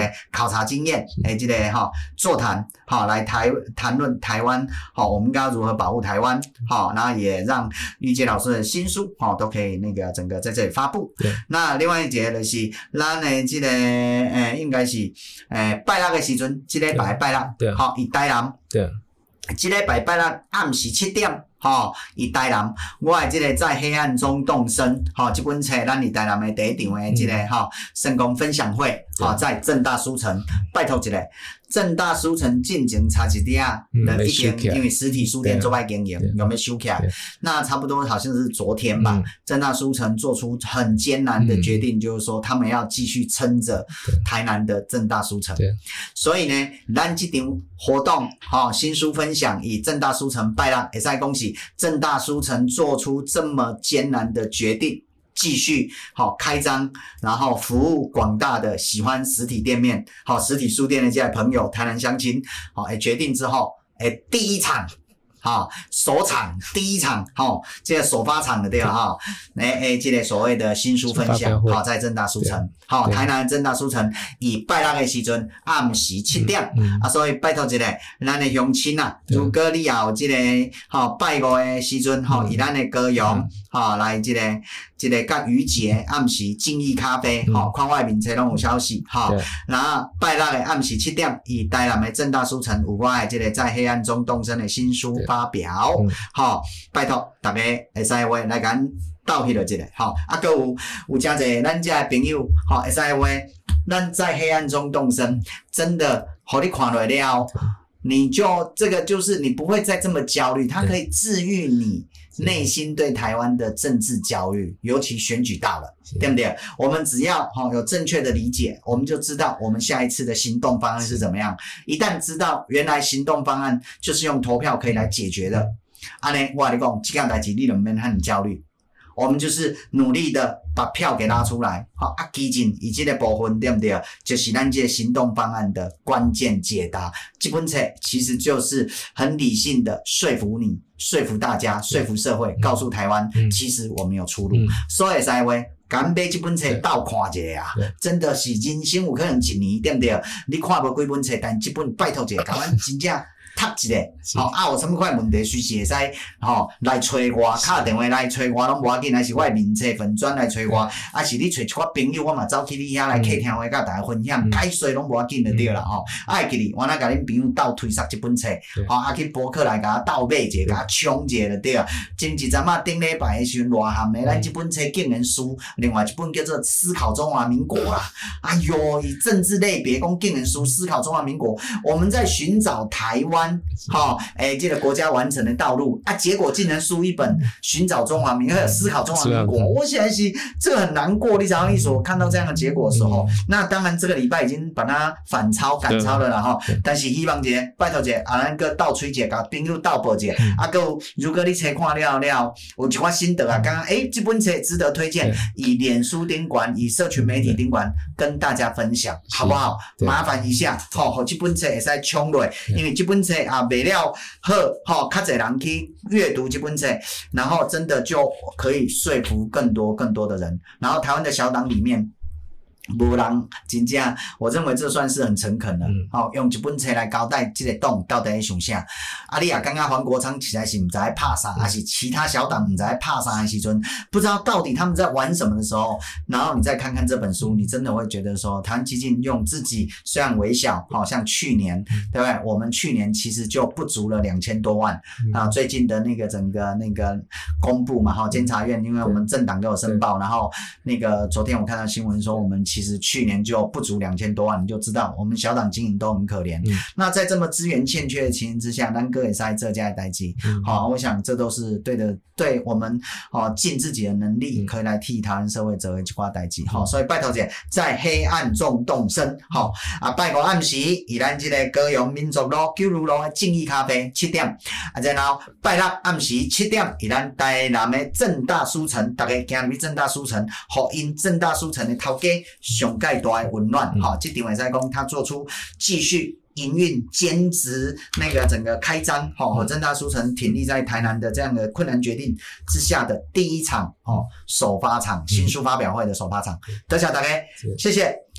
Speaker 1: 个考察经验，诶，这个哈座谈，哈来台谈论台湾，哈我们该如何保护台湾，哈，然后也让玉洁老师的新书，哈都可以那个整个在这里发布。那另外一节就是咱的这个诶，应该是诶拜六的时阵，这礼拜拜六，好，以台南，
Speaker 2: 对，
Speaker 1: 这礼拜拜六暗时七点。吼，伊台南，我的即个在黑暗中动身，吼，即本册咱伫台南的第一场的即个吼圣功分享会，吼，在政大书城，拜托一个，政大书城进前差一点啊，已经因为实体书店做歹经营，有没有收起来？那差不多好像是昨天吧，政大书城做出很艰难的决定，就是说他们要继续撑着台南的政大书城，所以呢，咱这场活动，吼，新书分享以政大书城拜六，会使恭喜。政大书城做出这么艰难的决定，继续好开张，然后服务广大的喜欢实体店面、好实体书店的这些朋友、台南乡亲，好诶决定之后，诶第一场。好，首场第一场，好，这个首发场的对吧？哈，诶诶，这个所谓的新书分享，好，在政大书城，好，台南政大书城以拜六的时阵暗时七点，啊，所以拜托一个，咱的乡亲啊，如果你也有这个，好拜五的时阵，好，以咱的高雄，好来这个，这个甲余杰暗时敬意咖啡，好，看外面册拢有消息，好，然后拜六的暗时七点，以台南的政大书城有我的这个在黑暗中动身的新书。发表，好、嗯，拜托大家会使话来咱斗翕落一个，好，啊，佮有有真侪咱遮的朋友，好，会使话，咱在黑暗中动身，真的，互你看落了，你就这个就是你不会再这么焦虑，它可以治愈你内心对台湾的政治焦虑，尤其选举到了，对不对？我们只要齁有正确的理解，我们就知道我们下一次的行动方案是怎么样。一旦知道原来行动方案就是用投票可以来解决的，安尼我跟你讲，这件代志你就不免很焦虑。我们就是努力的把票给拉出来，好啊，基金以及的部分对不对？就是咱这行动方案的关键解答。这本册其实就是很理性的说服你、说服大家、说服社会，告诉台湾，嗯、其实我们有出路。嗯、所以才会敢买这本册倒看一下啊，真的是人生有可能一年对不对？你看无几本册，但这本拜托一下，台湾真正。读一个，吼、哦、啊有啥物款问题随时会使吼来找我，敲电话来找我拢无要紧，还是我的面册粉专来找我，啊是你找一寡朋友，我嘛走去你遐来客厅话，甲大家分享，解说拢无要紧就对啦吼。啊会记哩，我若甲恁朋友斗推销这本册，吼啊去博客来甲我斗买一个，甲我抢一个就对啦。前一阵仔顶礼拜的时阵，偌含的咱这本册竟然输，另外一本叫做《思考中华民国》啦。哎哟，以政治类别讲竟然输《思考中华民国》，我们在寻找台湾。好，诶、欸，这个国家完成的道路啊，结果竟然输一本《寻找中华民国》、思考中华民国，我现在是这个很难过。你知道意思？我看到这样的结果的时候，嗯、那当然这个礼拜已经把它反超、赶超了啦哈。但是希望者拜托者，啊，咱个倒吹者，甲朋友倒报者，嗯、啊，个如果你册看了了，有一寡心得啊，刚刚诶，这本册值得推荐，以脸书顶管，以社群媒体顶管跟大家分享，好不好？麻烦一下，好、哦，这本册会使冲落，因为这本册啊。卖了好，吼，较侪人去阅读这本册，然后真的就可以说服更多更多的人。然后台湾的小党里面，无人真正，我认为这算是很诚恳的，吼、嗯，用一本册来交代这个党到底在想啥。啊，你也刚刚黄国昌实在是不知道拍啥，还是其他小党不知道拍啥的时阵，不知道到底他们在玩什么的时候，然后你再看看这本书，你真的会觉得说，台湾基金用自己虽然微小，好像去年，对不对？我们去年其实就不足了两千多万，啊，最近的那个整个那个公布嘛，哈，监察院因为我们政党都有申报，然后那个昨天我看到新闻说我们。其实去年就不足两千多万，你就知道我们小党经营都很可怜。嗯、那在这么资源欠缺的情形之下，咱哥也是在这家代志，好、嗯，我想这都是对的，对我们哦尽自己的能力，可以来替台湾社会做一寡代志。好、嗯，所以拜托者在黑暗中动身，好啊，拜五暗时以咱这个高雄民族路九如路的正义咖啡七点，啊，然后拜六暗时七点以咱台南的政大书城，大家行入去政大书城，互因政大书城的头家。上盖大的温暖，哈、嗯，这点会使讲，他做出继续营运、兼职那个整个开张，哈、哦，政大书城挺立在台南的这样的困难决定之下的第一场，哦，首发场新书发表会的首发场，多谢大家，谢谢。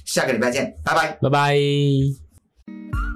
Speaker 1: 下个礼拜见，拜拜，
Speaker 2: 拜拜。